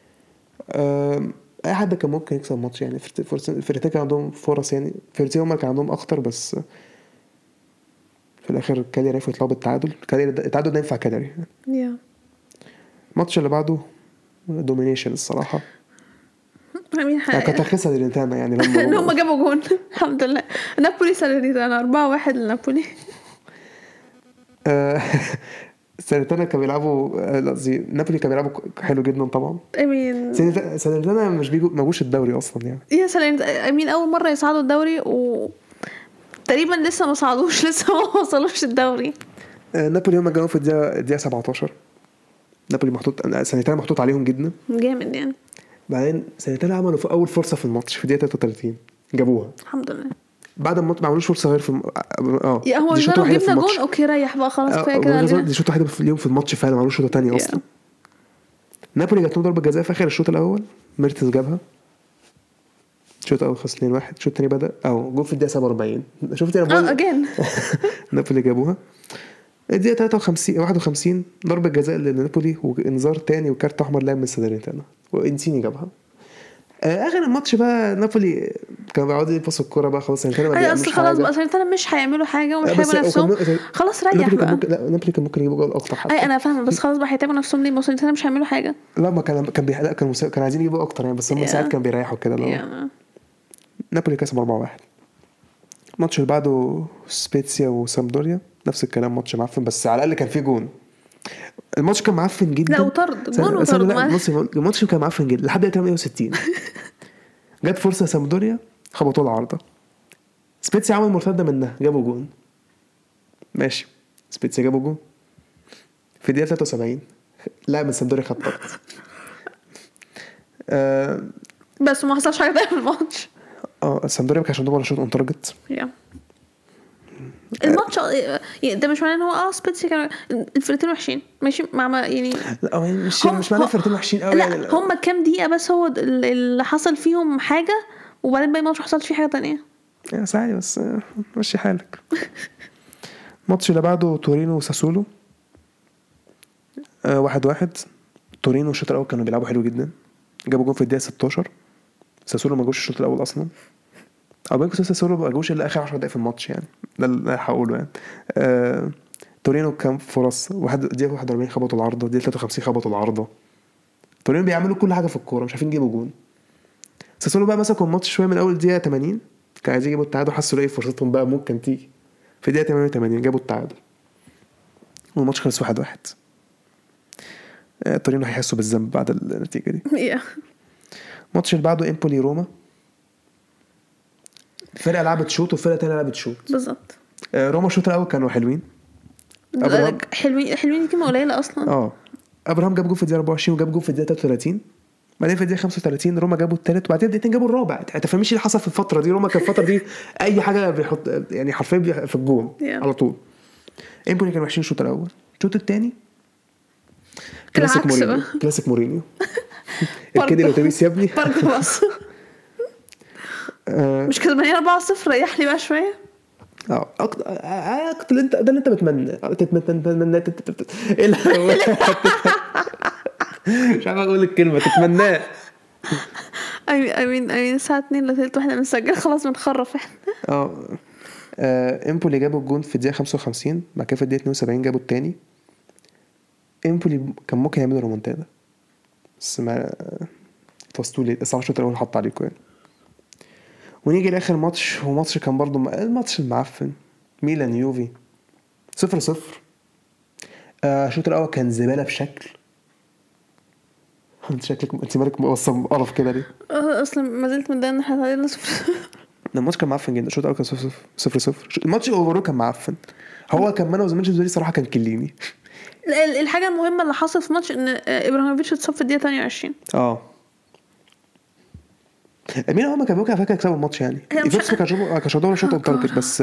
اي حد كان ممكن يكسب الماتش يعني الفرقتين كان عندهم فرص يعني الفرقتين هما كان عندهم اخطر بس في الاخر كاليري عرفوا يطلعوا بالتعادل. كاليري التعادل ده ينفع كاليري يا الماتش اللي بعده دومينيشن الصراحه. امين يعني كانت حقيقة رخيصه للانتانا يعني ان لما هم جابوا جون الحمد لله. نابولي سالريتانا أربعة واحد لنابولي. آه، سنتنا كانوا بيلعبوا آه، قصدي نابولي كانوا بيلعبوا حلو جدا طبعا. امين سنتنا سنتنا مش بيجوا ما جوش الدوري اصلا يعني. يا سلام. امين اول مره يصعدوا الدوري و تقريبا لسه ما صعدوش لسه ما وصلوش الدوري. آه، نابولي هم جابوا في الدقيقه الدقيقه سبعتاشر. نابولي محطوط سنتنا محطوط عليهم جدا. جامد يعني. بعدين سنتنا عملوا في اول فرصه في الماتش في الدقيقه تلاتة وتلاتين جابوها. الحمد لله. بعد ما ما عملوش فرصه غير في الم... اه يا هو دي شوطه لو واحده في جبنا الماتش. جون اوكي ريح بقى خلاص كفايه آه، كده بالظبط، علينا. دي شوطه واحده في اليوم في الماتش فعلا ما عملوش شوطه ثانيه Yeah. اصلا. نابولي جات لهم ضربه جزاء في اخر الشوط الاول، ميرتس جابها. الشوط الاول خلص اتنين واحد. الشوط الثاني بدا او جول في الدقيقه سبعة وأربعين. شفت انا اه بقول اجين نابولي جابوها. الدقيقه تلاتة وخمسين واحد وخمسين ضربه جزاء لنابولي وانذار تاني وكارت احمر لاعب من سادريتانا وانسيني جابها. آه، اخر الماتش بقى نابولي كانوا بيقعدوا يبصوا الكوره بقى خلاص يعني اي اصل خلاص بقى سنتنا مش هيعملوا حاجه ومش هيبقوا نفسهم خلاص ريح نابولي كان بقى. ممكن لا نابولي كان ممكن يجيبوا جول اكتر حتى. اي انا فاهمه بس خلاص بقى هيتعبوا نفسهم ليه؟ ما سنتنا مش هيعملوا حاجه. لا ما كان كان بيحلق كانوا مسا... كانوا عايزين يجيبوا اكتر يعني بس هم Yeah. ساعات كانوا بيريحوا كده لو Yeah. نابولي كسب أربعة واحد. الماتش اللي بعده سبيتسيا وسامدوريا نفس الكلام ماتش معفن بس على الاقل كان فيه جون. الماتش كان معفن جدا. لا وطرد سن... جون وطرد لا الماتش الماتش كان معفن جدا لحد دقيقه تمانية وستين. جت فرصه سامدوريا خبطوا العارضه. سبيتسيا عمل مرتده منها جابوا جون. ماشي سبيتسيا جابوا جون في الدقيقه تلاتة وسبعين. لا من سامدوريا خد طرد. آه... بس ما حصلش حاجه في الماتش. اه سامدوريا ما كانش عندهم ولا شوط اون تارجت. yeah. الماتش ده مش معناه ان هو اه سبيتسي كانوا الفرقتين وحشين ماشي مع يعني لا مش مش معناه فرقتين وحشين قوي يعني. لا هم كام دقيقه بس هو اللي حصل فيهم حاجه وبعدين باقي الماتش حصلش فيه حاجه تانية. يا سعيد بس مشي حالك. الماتش اللي بعده تورينو وساسولو آه واحد واحد. تورينو الشوط الاول كانوا بيلعبوا حلو جدا جابوا جول في الدقيقه ستاشر. ساسولو ما جوش الشوط الاول اصلا او بينكم ساسولو ما جوش الا اخر عشر دقايق في الماتش يعني ده اللي هقوله يعني. آه... تورينو كان فرص واحد دقيقه واحد وأربعين خبطوا العارضه دقيقه تلاتة وخمسين خبطوا العارضه. تورينو بيعملوا كل حاجه في الكوره مش عارفين يجيبوا جون. ساسولو بقى مسكوا الماتش شويه من اول دقيقه تمانين كان عايزين يجيبوا التعادل حسوا ايه فرصتهم بقى ممكن تيجي في دقيقه تمانية وتمانين جابوا التعادل والماتش خلص واحد واحد. آه... تورينو هيحسوا بالذنب بعد النتيجه دي. الماتش اللي بعده امبولي روما. فرقه لعبت شوط وفرقه تانية لعبت شوط بالظبط. آه... روما الشوط الاول كانوا حلوين. أبراهام حلوين حلوين دي كلمه قليله اصلا. اه ابراهام جاب جول في الدقيقه أربعة وعشرين وجاب جول في الدقيقه تلاتة وتلاتين. بعدين في الدقيقه خمسة وتلاتين روما جابوا الثالث وبعدين الدقيقتين جابوا الرابع. انت تفهميش اللي حصل في الفتره دي. روما كان الفتره دي اي حاجه بيحط يعني حرفيا في الجون yeah. على طول. امبولي كانوا وحشين الشوط الاول. الشوط الثاني كلاسيك مورينيو كلاسيك مورينيو الكيدي الاتوبيس يا ابني بس مش كسبانين أربعة صفر ريح لي بقى شويه. اه اكتر اكتر اللي انت ده اللي انت بتمنى تتمنى ايه مش عارف اقول الكلمه تتمناه. اي مين اي الساعه اتنين لتلت واحنا بنسجل خلاص بنخرف احنا. اه امبولي جابوا الجون في الدقيقه خمسة وخمسين بعد كده في الدقيقه اتنين وسبعين جابوا الثاني. امبولي كان ممكن يعملوا رومونتادا بس ما توصلوا لي الساعه الشوط الاول حط عليكم يعني. ونيجي لاخر ماتش وماتش كان برضو الماتش المعفن ميلان يوفي صفر صفر. الشوط الاول كان زباله بشكل. انت شكلك انت مالك مقصم قرف كده ليه؟ اصلا ما زلت متضايقه ان احنا علينا صفر. الماتش كان معفن جدا. الشوط الاول كان صفر صفر صفر. الماتش اوفرول كان معفن. هو كان مانو زمانش زي صراحه كان كليني. الحاجه المهمه اللي حصلت في الماتش ان ابراهيموفيتش اتصاب في الدقيقه تانية وعشرين. اه مين هو ما كان ممكن فاكر يكسبوا الماتش يعني يفكس كان شوط كان شوط شوط تارجت بس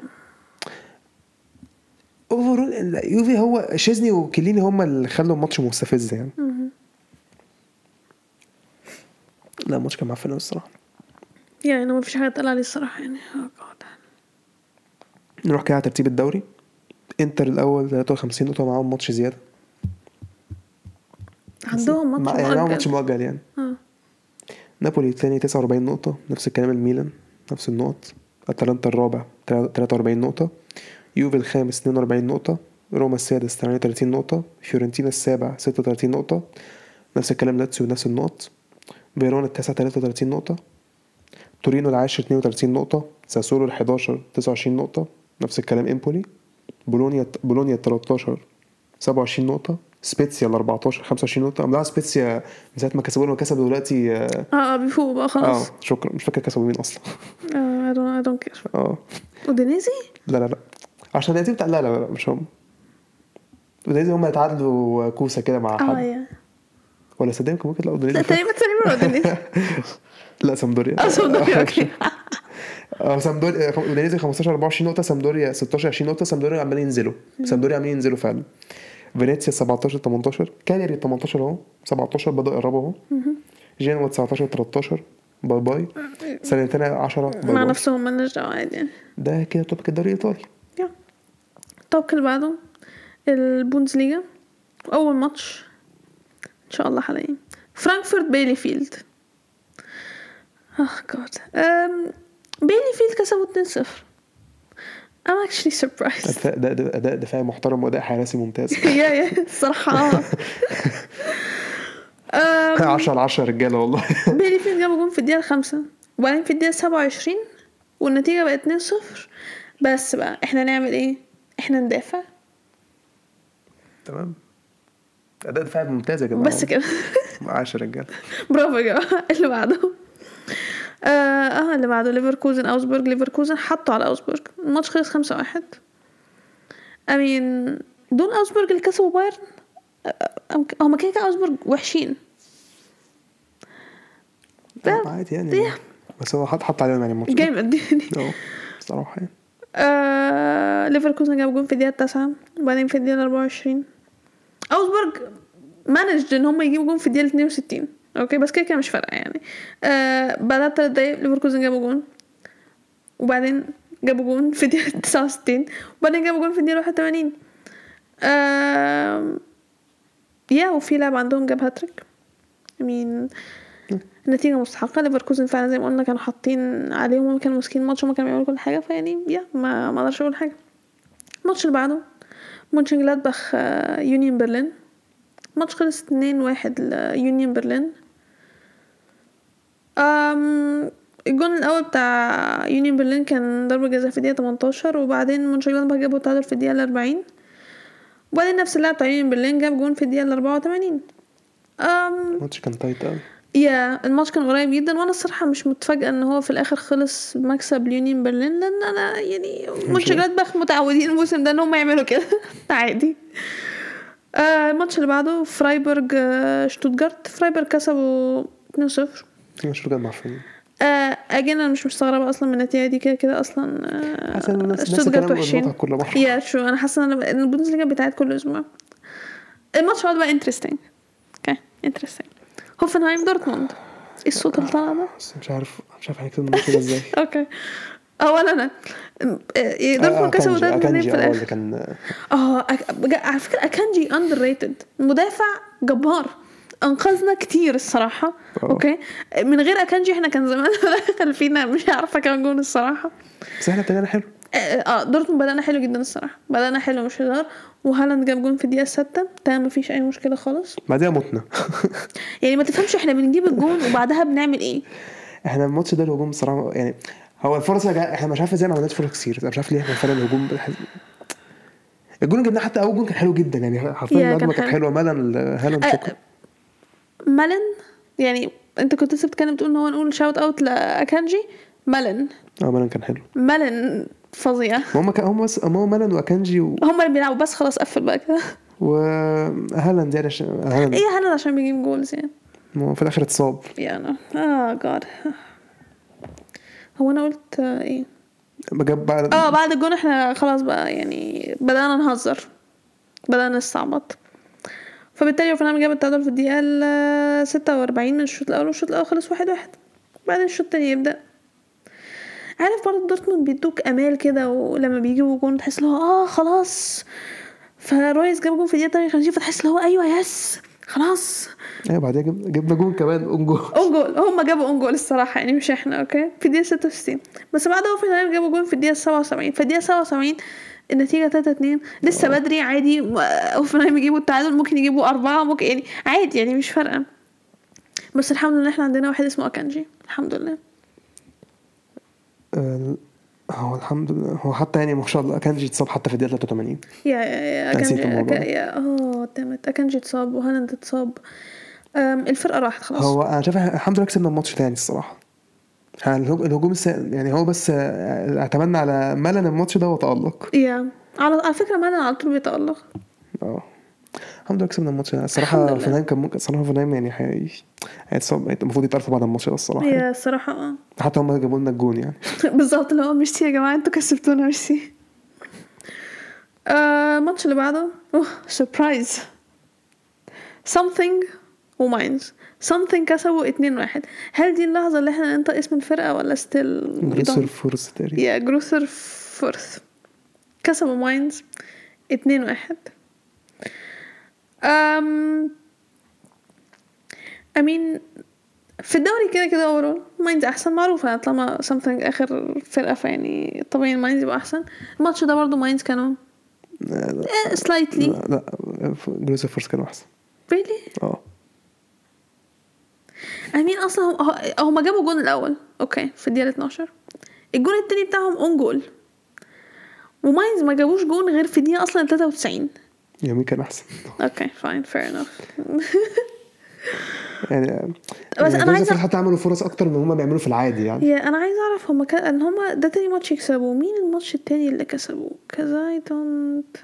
اوفرول يوفي هو شيزني وكليني هم اللي خلوا الماتش مستفز يعني. لا الماتش كان معفن الصراحه يعني ما فيش حاجه تقال عليه الصراحه يعني. نروح كده على ترتيب الدوري. انتر الاول تلاتة وخمسين نقطه معاهم ماتش زياده. عندهم ماتش يعني مؤجل ماتش مؤجل يعني. اه نابولي الثاني تسعة وأربعين نقطه نفس الكلام. الميلان نفس النقط. اتلانتا الرابع تلاتة وأربعين نقطه. يوفي الخامس اتنين وأربعين نقطه. روما السادس ثمانية وثلاثين نقطة، فيورنتينا السابع ستة وثلاثين نقطة، نفس الكلام لاتسيو نفس النقط، فيرونا التاسع ثلاثة وثلاثين نقطة، تورينو العاشر اثنين وثلاثين نقطة، ساسولو الحداشر تسعة وعشرين نقطة، نفس الكلام امبولي، بولونيا بولونيا التلاتاشر سبعة وعشرين نقطة، سبيتسيا الأربعتاشر خمسة وعشرين نقطة. أملاها سبيتسيا من ساعة ما كسبوا وكسبوا دلوقتي اه اه بيفوق بقى خلاص. آه، شكرا مش فاكر كسبوا مين أصلا. اه I don't I don't care. اه ودينيزي لا لا لا عشان النتيجة بتاع لا لا لا مش هم ودينيزي هم يتعادلوا كوسة كده مع اه حد يا ولا صدقني ممكن لا لا ودينيزي تقريبا تقريبا ودينيزي لا سامدوريا اه سامدوريا اوكي. اه سامدوريا ودينيزي خمستاشر أربعة وعشرين نقطة، سامدوريا ستاشر عشرين نقطة، سامدوريا عمالين ينزلوا سامدوريا عمالين ينزلوا فعلا. فينيسيا سبعتاشر تمنتاشر، كاليري تمنتاشر اهو سبعتاشر بدأ يقربوا اهو، جينوا تسعتاشر تلتاشر باي باي، سنتين عشرة باي مع باي. نفسهم مالناش دعوه عادي يعني. ده كده توبك الدوري الإيطالي. يا طب اللي بعده البوندسليغا، اول ماتش ان شاء الله حاليا فرانكفورت بيلي فيلد. اه جاد بيلي فيلد كسبوا اتنين صفر. I'm actually surprised. ده ده ده أداء دفاعي محترم وأداء حراسي ممتاز. يا يا الصراحة اه عشرة على عشرة رجالة والله. بيلي فيلد جابوا جون في الدقيقة الخامسة وبعدين في الدقيقة سبعة وعشرين والنتيجة بقت اتنين صفر. بس بقى احنا نعمل ايه؟ احنا ندافع تمام، أداء دفاعي ممتاز يا جماعة بس كده. عشرة رجالة. برافو يا جماعة. اللي بعده اه اه اللي بعده ليفركوزن اوزبورج. ليفركوزن حطوا على اوزبورج، الماتش خلص خمسة واحد. امين دول اوزبورج اللي كسبوا بايرن. هما كده كده اوزبورج وحشين عادي يعني، بس هو حط حط عليهم يعني الماتش جامد يعني. اه الصراحة يعني. آه ليفركوزن جاب جون في الدقيقة التاسعة وبعدين في الدقيقة أربعة وعشرين اوزبورج مانجد ان هم يجيبوا جون في الدقيقة اتنين وستين. اوكي بس كده كده مش فارقة يعني. آه بعد ثلاث دقايق ليفركوزن جابوا جون وبعدين جابوا جون في الدقيقة تسعة وستين وبعدين جابوا جون في الدقيقة واحد وثمانين. آه يا وفي لاعب عندهم جاب هاتريك. مين النتيجة مستحقة. ليفركوزن فعلا زي ما قلنا كانوا حاطين عليهم وما كانوا ماسكين الماتش وما كانوا بيعملوا كل حاجة فيعني يا ما ما اقدرش اقول حاجة. الماتش اللي بعده مونشنجلادباخ يونيون برلين. الماتش خلص اتنين واحد ليونيون برلين. أم الجون الاول بتاع يونيون برلين كان ضربة جزاء في الدقيقة تمنتاشر وبعدين مونشنجلادباخ جابوا التعادل في الدقيقة أربعين وبعدين نفس اللاعب بتاع يونيون برلين جاب جون في الدقيقة أربعة وثمانين. أم الماتش كان تايت قوي. يا الماتش كان قريب جدا وانا الصراحه مش متفاجئه ان هو في الاخر خلص بمكسب اليونيون برلين لان انا يعني مونشنجلادباخ متعودين الموسم ده ان هم يعملوا كده عادي. آه الماتش اللي بعده فرايبورج آه شتوتجارت. فرايبورج كسبوا اتنين صفر. مش رجال معفنين. آه اجين انا مش مستغربه اصلا من النتيجه دي كده كده اصلا. آه شتوتجارت وحشين كل مره. يا شو انا حاسه ان البوندسليغا بتاعت كل اسبوع. الماتش بقى انترستينج. اوكي انترستينج. هوفنهايم دورتموند. ايه الصوت اللي طالع ده؟ مش عارف مش عارف هنكتب الماتش ده ازاي. اوكي اولا انا دورتموند كسبوا ده اتنين في الاخر. كان اه على فكره اكانجي اندر ريتد مدافع جبار انقذنا كتير الصراحه. أوه. اوكي من غير اكانجي احنا كان زمان خلفينا مش عارفه كام جون الصراحه. بس احنا ابتدينا حلو. اه دورتموند بدأنا حلو جدا الصراحه بدأنا حلو مش هزار وهالاند جاب جون في الدقيقه السادسة تمام مفيش اي مشكله خالص. بعدها متنا. يعني ما تفهمش احنا بنجيب الجون وبعدها بنعمل ايه. احنا الماتش ده الهجوم بصراحه يعني هو الفرص احنا مش عارف ازاي ما عملناش فرص كتير. انا مش عارف ليه احنا فعلا الهجوم الجون اللي جبناه حتى اول جون كان حلو جدا يعني حرفيا الهجمه كانت حلوه. مالن هالاند شكرا. مالن يعني انت كنت لسه بتتكلم تقول ان هو نقول شاوت اوت لاكانجي. مالن اه مالن كان حلو. مالن فظيع. هم كان هم بس هم مالن واكانجي و... هم اللي بيلعبوا بس خلاص قفل بقى كده. وهالاند يعني عشان هالاند ايه هالاند عشان بيجيب جولز يعني ما في الاخر اتصاب يعني. اه جاد هو انا قلت ايه بجاب بعد اه بعد الجون احنا خلاص بقى يعني بدأنا نهزر بدأنا نستعبط فبالتالي هوفنهايم جاب التعادل في الدقيقة ستة وأربعين من الشوط الأول والشوط الأول خلص واحد واحد. بعدين الشوط التاني يبدأ. عارف برضه دورتموند بيدوك أمال كده ولما بيجيبوا جون تحس له اه خلاص. فرويس جاب جون في الدقيقة تمانية وخمسين فتحس له ايوه يس خلاص. ايوه بعدين جبنا جون كمان اون جول. اون جول هم جابوا اون جول الصراحه يعني مش احنا. اوكي في الدقيقه ستة وستين بس بعدها هوفنهايم جابوا جون في الدقيقه سبعة وسبعين. في الدقيقه سبعة وسبعين النتيجة تلاتة اتنين لسه آه. بدري عادي. م- اوفنهايم يجيبوا التعادل، ممكن يجيبوا أربعة، ممكن يعني عادي يعني مش فارقة. بس الحمد لله احنا عندنا واحد اسمه أكانجي الحمد لله. آه، هو الحمد لله هو حتى يعني ما شاء الله كانجي اتصاب حتى في الدقيقة تلاتة وتمانين. يا يا نسيت أكانجي الموضوع أكا- ده. يا اه تمت أكانجي اتصاب وهالاند اتصاب. أم، الفرقة راحت خلاص. هو انا شايف الحمد لله كسبنا الماتش تاني الصراحة. ها، الهج- الهجوم الس... يعني هو بس آه، اعتمدنا على ملن الماتش ده وتألق. يا على على فكرة ما أنا على طول بيتألق. اه الحمد لله كسبنا الماتش ده الحمد الصراحة. لله. فنان كان ممكن صراحة فنان يعني حي... هيتصاب المفروض يتعرفوا بعد الماتش ده الصراحة يعني. يا الصراحة اه حتى هم جابوا لنا الجون يعني. بالظبط اللي هو ميرسي يا جماعة انتوا كسبتونا ميرسي. آه، الماتش اللي بعده اوه سربرايز something وماينز. something كسبوا اتنين واحد. هل دي اللحظة اللي احنا ننطق اسم الفرقة ولا ستيل جروسر فورس تقريبا. يا جروثر فورث كسبوا ماينز اتنين واحد. أم أمين في الدوري كده كده أورو ماينز أحسن معروفة طالما something آخر فرقة فيعني طبيعي ماينز يبقى أحسن. الماتش ده برضو ماينز كانوا لا لا eh, slightly لا, لا. جروسر فورس كانوا احسن. really. اه أمين أصلا هم هم جابوا جون الأول أوكي في الدقيقة اتناشر. الجون التاني بتاعهم اون جول وماينز ما جابوش جون غير في الدقيقة أصلا تلاتة وتسعين. يومي كان احسن. اوكي فاين fair enough. يعني بس يعني أنا جروسر عايزة- حتى عملوا فرص اكتر من هم بيعملوا في العادي يعني. يا انا عايزه اعرف هما كان ان هما ده تاني ماتش يكسبوا. مين الماتش التاني اللي كسبوا كذا اي دونت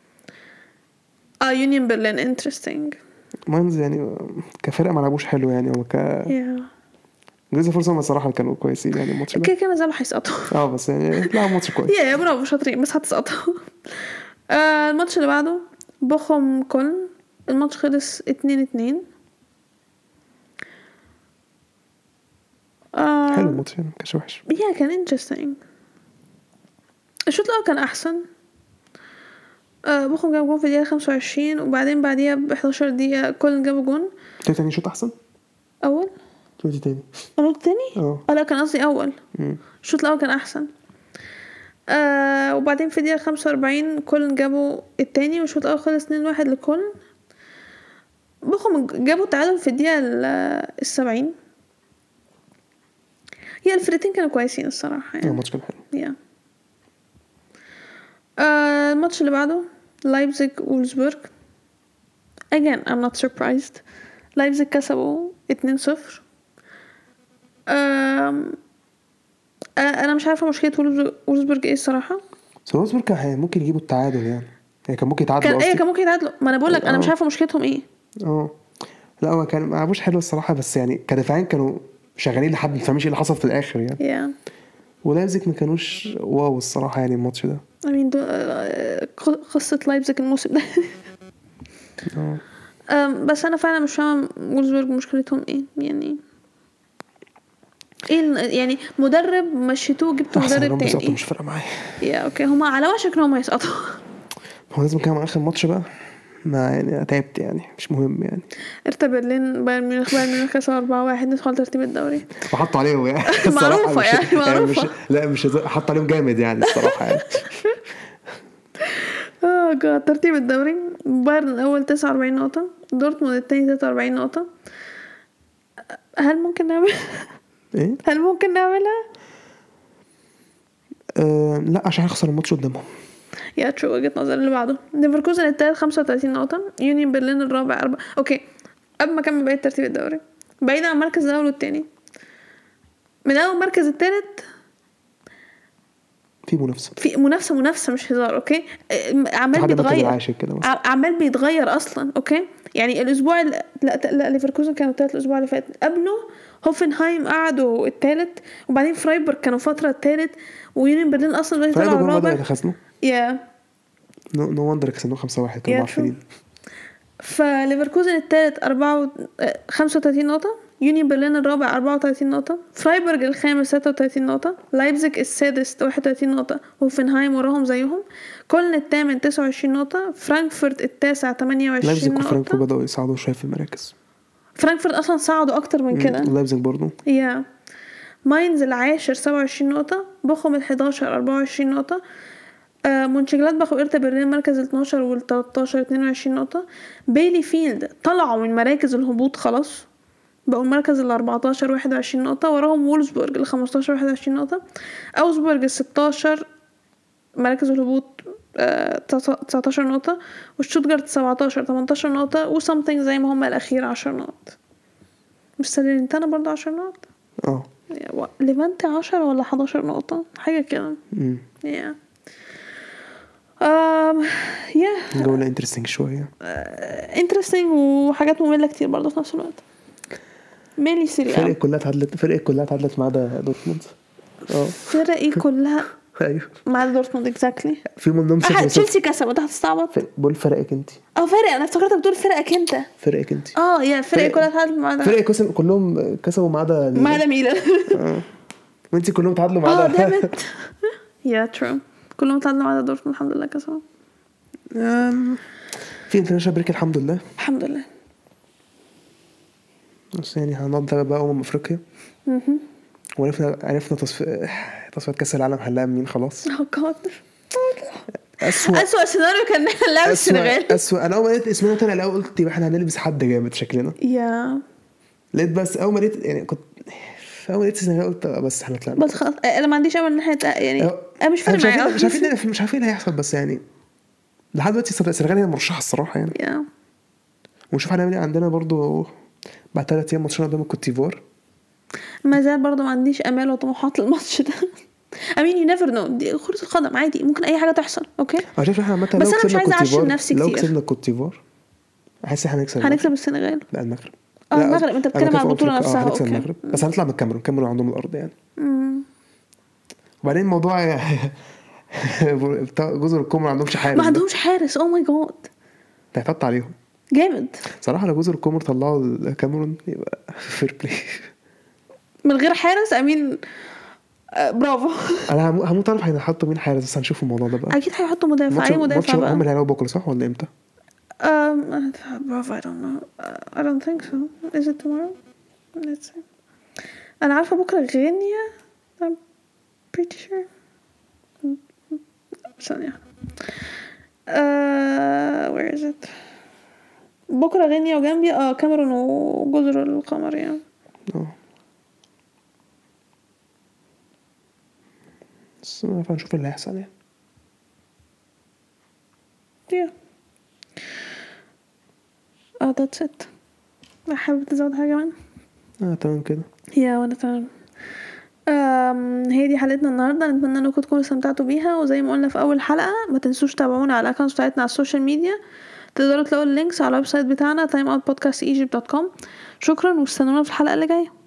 اه يونيون برلين انترستينج. ماينز يعني كفرقة ما لعبوش حلو يعني. هو ك يا جروسر فورس هم الصراحة كانوا كويسين يعني الماتش ده. كده كده زالوا هيسقطوا. اه بس يعني لعبوا ماتش كويس. يا يا برافو شاطرين بس هتسقطوا. آه الماتش اللي بعده بوخم كولن. الماتش خلص اتنين اتنين. آه حلو الماتش يعني ما كانش وحش. يا كان انترستينج. الشوط الاول كان احسن. آه بوخم جاب جون في الدقيقه خمسة وعشرين وبعدين بعديها ب حداشر دقيقه كولن جاب جون تاني تاني شوط احسن. اول. تاني تاني اول تاني اه اه لا كان قصدي اول. مم. الشوط الاول كان احسن. آه وبعدين في الدقيقه خمسة وأربعين كولن جابوا التاني والشوط الاول خلص اتنين واحد لكولن. بوخم جابوا التعادل في الدقيقه السبعين. هي الفرقتين كانوا كويسين الصراحه اه يعني. الماتش كان حلو. يا آه الماتش اللي بعده لايبزيج وولزبورغ. again I'm not surprised. لايبزيج كسبوا اتنين صفر. آم، آه انا مش عارفه مشكله وولز- وولزبورغ ايه الصراحه. بس روزبورغ كان هي- ممكن يجيبوا التعادل يعني. يعني كان ممكن يتعادلوا كان ايه قصدي. كان ممكن يتعادلوا. ما انا بقول لك انا مش اه. عارفه مشكلتهم ايه. اه لا هو كان ما لعبوش حلو الصراحة. بس يعني كدفاعين كانوا شغالين لحد ما تفهمش ايه اللي حصل في الاخر يعني. يا ولايبزيج ما كانوش واو الصراحة يعني الماتش ده. I mean دو- آه، ق- قصه لايبزيج الموسم ده. اه آم، بس انا فعلا مش فاهمه وولزبورغ مشكلتهم ايه يعني. ايه ال- يعني مدرب مشيتوه جبتوا احسن مدرب انهم بيسقطوا تاني. مش فارقة معايا. يا اوكي هما على وشك انهم هيسقطوا. هو لازم كان اخر ماتش بقى. ما يعني تعبت يعني مش مهم يعني. ارتا برلين بايرن ميونخ. بايرن ميونخ خسر أربعة واحد ندخل ترتيب الدوري. وحطوا عليهم يعني معروفة الصراحة مش- يعني، معروفة. مش لا مش حطوا عليهم جامد يعني الصراحة يعني. اه جاد ترتيب الدوري بايرن الاول تسعة وأربعين نقطة. دورتموند التاني تلاتة وأربعين نقطة. هل ممكن نعمل ايه هل ممكن نعملها؟ آه لا عشان هيخسر الماتش قدامهم. يا تشو وجهة نظر. اللي بعده ليفركوزن التالت خمسة وتلاتين نقطة. يونيون برلين الرابع أربعة. اوكي قبل ما اكمل بقية ترتيب الدوري بعيد عن المركز الاول والتاني من اول المركز التالت في منافسة. في منافسة منافسة مش هزار. اوكي عمال لحد المركز بيتغير. العاشر كده مثلا. ع- عمال بيتغير اصلا. اوكي يعني الاسبوع ال... لا لا ليفركوزن كانوا التالت الاسبوع اللي فات. قبله هوفنهايم قعدوا التالت وبعدين فرايبورغ كانوا فترة التالت ويونيون برلين اصلا دلوقتي طلعوا فرايبورغ بدأوا الرابع. يتخاذلوا. يا نو نو وندر كسبوا خمسة واحد كانوا يا معفنين. فليفركوزن التالت أربعة و... خمسة وتلاتين نقطة. يونيون برلين الرابع أربعة وتلاتين نقطة. فرايبورغ الخامس ستة وتلاتين نقطة. لايبزيج السادس واحد وتلاتين نقطة. هوفنهايم وراهم زيهم. كولن الثامن تسعة وعشرين نقطة. فرانكفورت التاسع ثمانية وعشرين لايبزيج نقطة. وفرانكفورت بدأوا يصعدوا شوية في المراكز. فرانكفورت اصلا صعدوا اكتر من كده. لايبزيج برضو. يا ماينز العاشر سبعة وعشرين نقطة. بوخم الحداشر أربعة وعشرين نقطة. آه مونشنجلادباخ وإرتا برلين مركز اتناشر والتلاتاشر اتنين وعشرين نقطة. بيلي فيلد طلعوا من مراكز الهبوط خلاص، بقوا المركز الأربعتاشر واحد وعشرين نقطة. وراهم وولفسبورج الخمستاشر واحد وعشرين نقطة. أوسبورج الستاشر مراكز الهبوط آه تسعتاشر نقطة. وشتوتجارت سبعتاشر تمنتاشر نقطة. وسامثينج زي ما هم الأخير عشر نقط. مش ساليرنتانا برضه عشر نقط. اه ليفانتي عشرة ولا حداشر نقطة حاجة كده. امم yeah. um, yeah. جولة انترستنج شوية. interesting وحاجات مملة كتير برضه في نفس الوقت. ميلي سيريا فرق كلها اتعادلت، فرق كلها اتعادلت ما عدا دورتموند. اه فرقي كلها ايوه ما عدا دورتموند اكزاكتلي. في منهم أح- صفر صفر. تشيلسي كسب وانت هتستعبط. فرق- بقول فرقك انت، اه فرق، انا افتكرت بتقول فرقك انت. فرقك انت. اه يا فرقي فرق- كلها اتعادلت ما عدا فرق كسب كلهم كسبوا ما عدا ما عدا ميلان. اه وانت كلهم تعادلوا ما اه عدا دامت. يا ترو كلهم اتعادلوا ما عدا دورتموند الحمد لله كسبوا. أم، في انترناشونال بريك الحمد لله. الحمد لله. بس يعني هنقعد بقى امم افريقيا اها وعرفنا عرفنا تصفيات تصفيات كاس العالم هنلاعب مين خلاص. اه قادر. اسوأ اسوأ سيناريو كان نلعب السنغال. اسوأ اسوأ انا اول ما لقيت اسمنا طلع الاول قلت يبقى احنا هنلبس حد جامد شكلنا. يا لقيت بس اول ما لقيت يعني كنت اول ما لقيت السنغال قلت بس احنا طلعنا. بس خلاص انا ما عنديش امل ان احنا نتأ- يعني انا مش فارق مش عارفين معايا مش عارفين مش عارفين اللي هيحصل بس يعني لحد دلوقتي السنغال هي المرشحه الصراحه يعني. يا ونشوف هنعمل ايه. عندنا برضو بعد ثلاث ايام ماتشنا قدام الكوت ديفوار. ما زال برضه ما عنديش امال وطموحات للماتش ده. I mean you never know. دي كرة القدم عادي ممكن اي حاجه تحصل. اوكي انا شايف احنا مثلا بس لو أنا مش كسبنا عايزة الكوت أعشم ديفوار نفسي لو كتير. كسبنا الكوت ديفوار احس احنا هنكسب هنكسب السنغال. لا المغرب. اه لا، المغرب انت بتتكلم أنا على بتكلم البطوله أفريقيا. نفسها. اه هنكسب اوكي المغرب بس هنطلع من الكاميرون. الكاميرون عندهم الارض يعني. مم. وبعدين الموضوع بتاع جزر القمر ما عندهمش حارس. ما عندهمش حارس. او ماي جاد هيحط عليهم جامد صراحه. لو جزر القمر طلعوا الكاميرون يبقى فير بلاي من غير حارس. امين آه برافو. انا هم- هموت اعرف هيحطوا مين حارس بس هنشوف الموضوع ده بقى. اكيد هيحطوا مدافع. ماتش اي ماتش مدافع هم بقى. اللي هيلعبوا بكره صح ولا امتى؟ um برافو. I don't know. Uh, I don't think so. Is it tomorrow? Let's see. انا عارفه بكره غينيا. I'm pretty sure. ثانيه. uh, where is it? بكره غينيا وجامبيا. اه كاميرون وجزر القمر يعني. اه بس هنشوف اللي هيحصل يعني. yeah. اه that's it. حابب تزود حاجه كمان؟ اه تمام كده. يا وانا تمام. أم هي دي حلقتنا النهارده. نتمنى انكم تكونوا استمتعتوا بيها. وزي ما قلنا في اول حلقه ما تنسوش تتابعونا على الاكونت بتاعتنا على السوشيال ميديا. تقدروا تلاقوا اللينكس على الويب سايت بتاعنا تايم اوت بودكاست ايجيبت دوت كوم. شكرا واستنونا في الحلقه اللي جايه.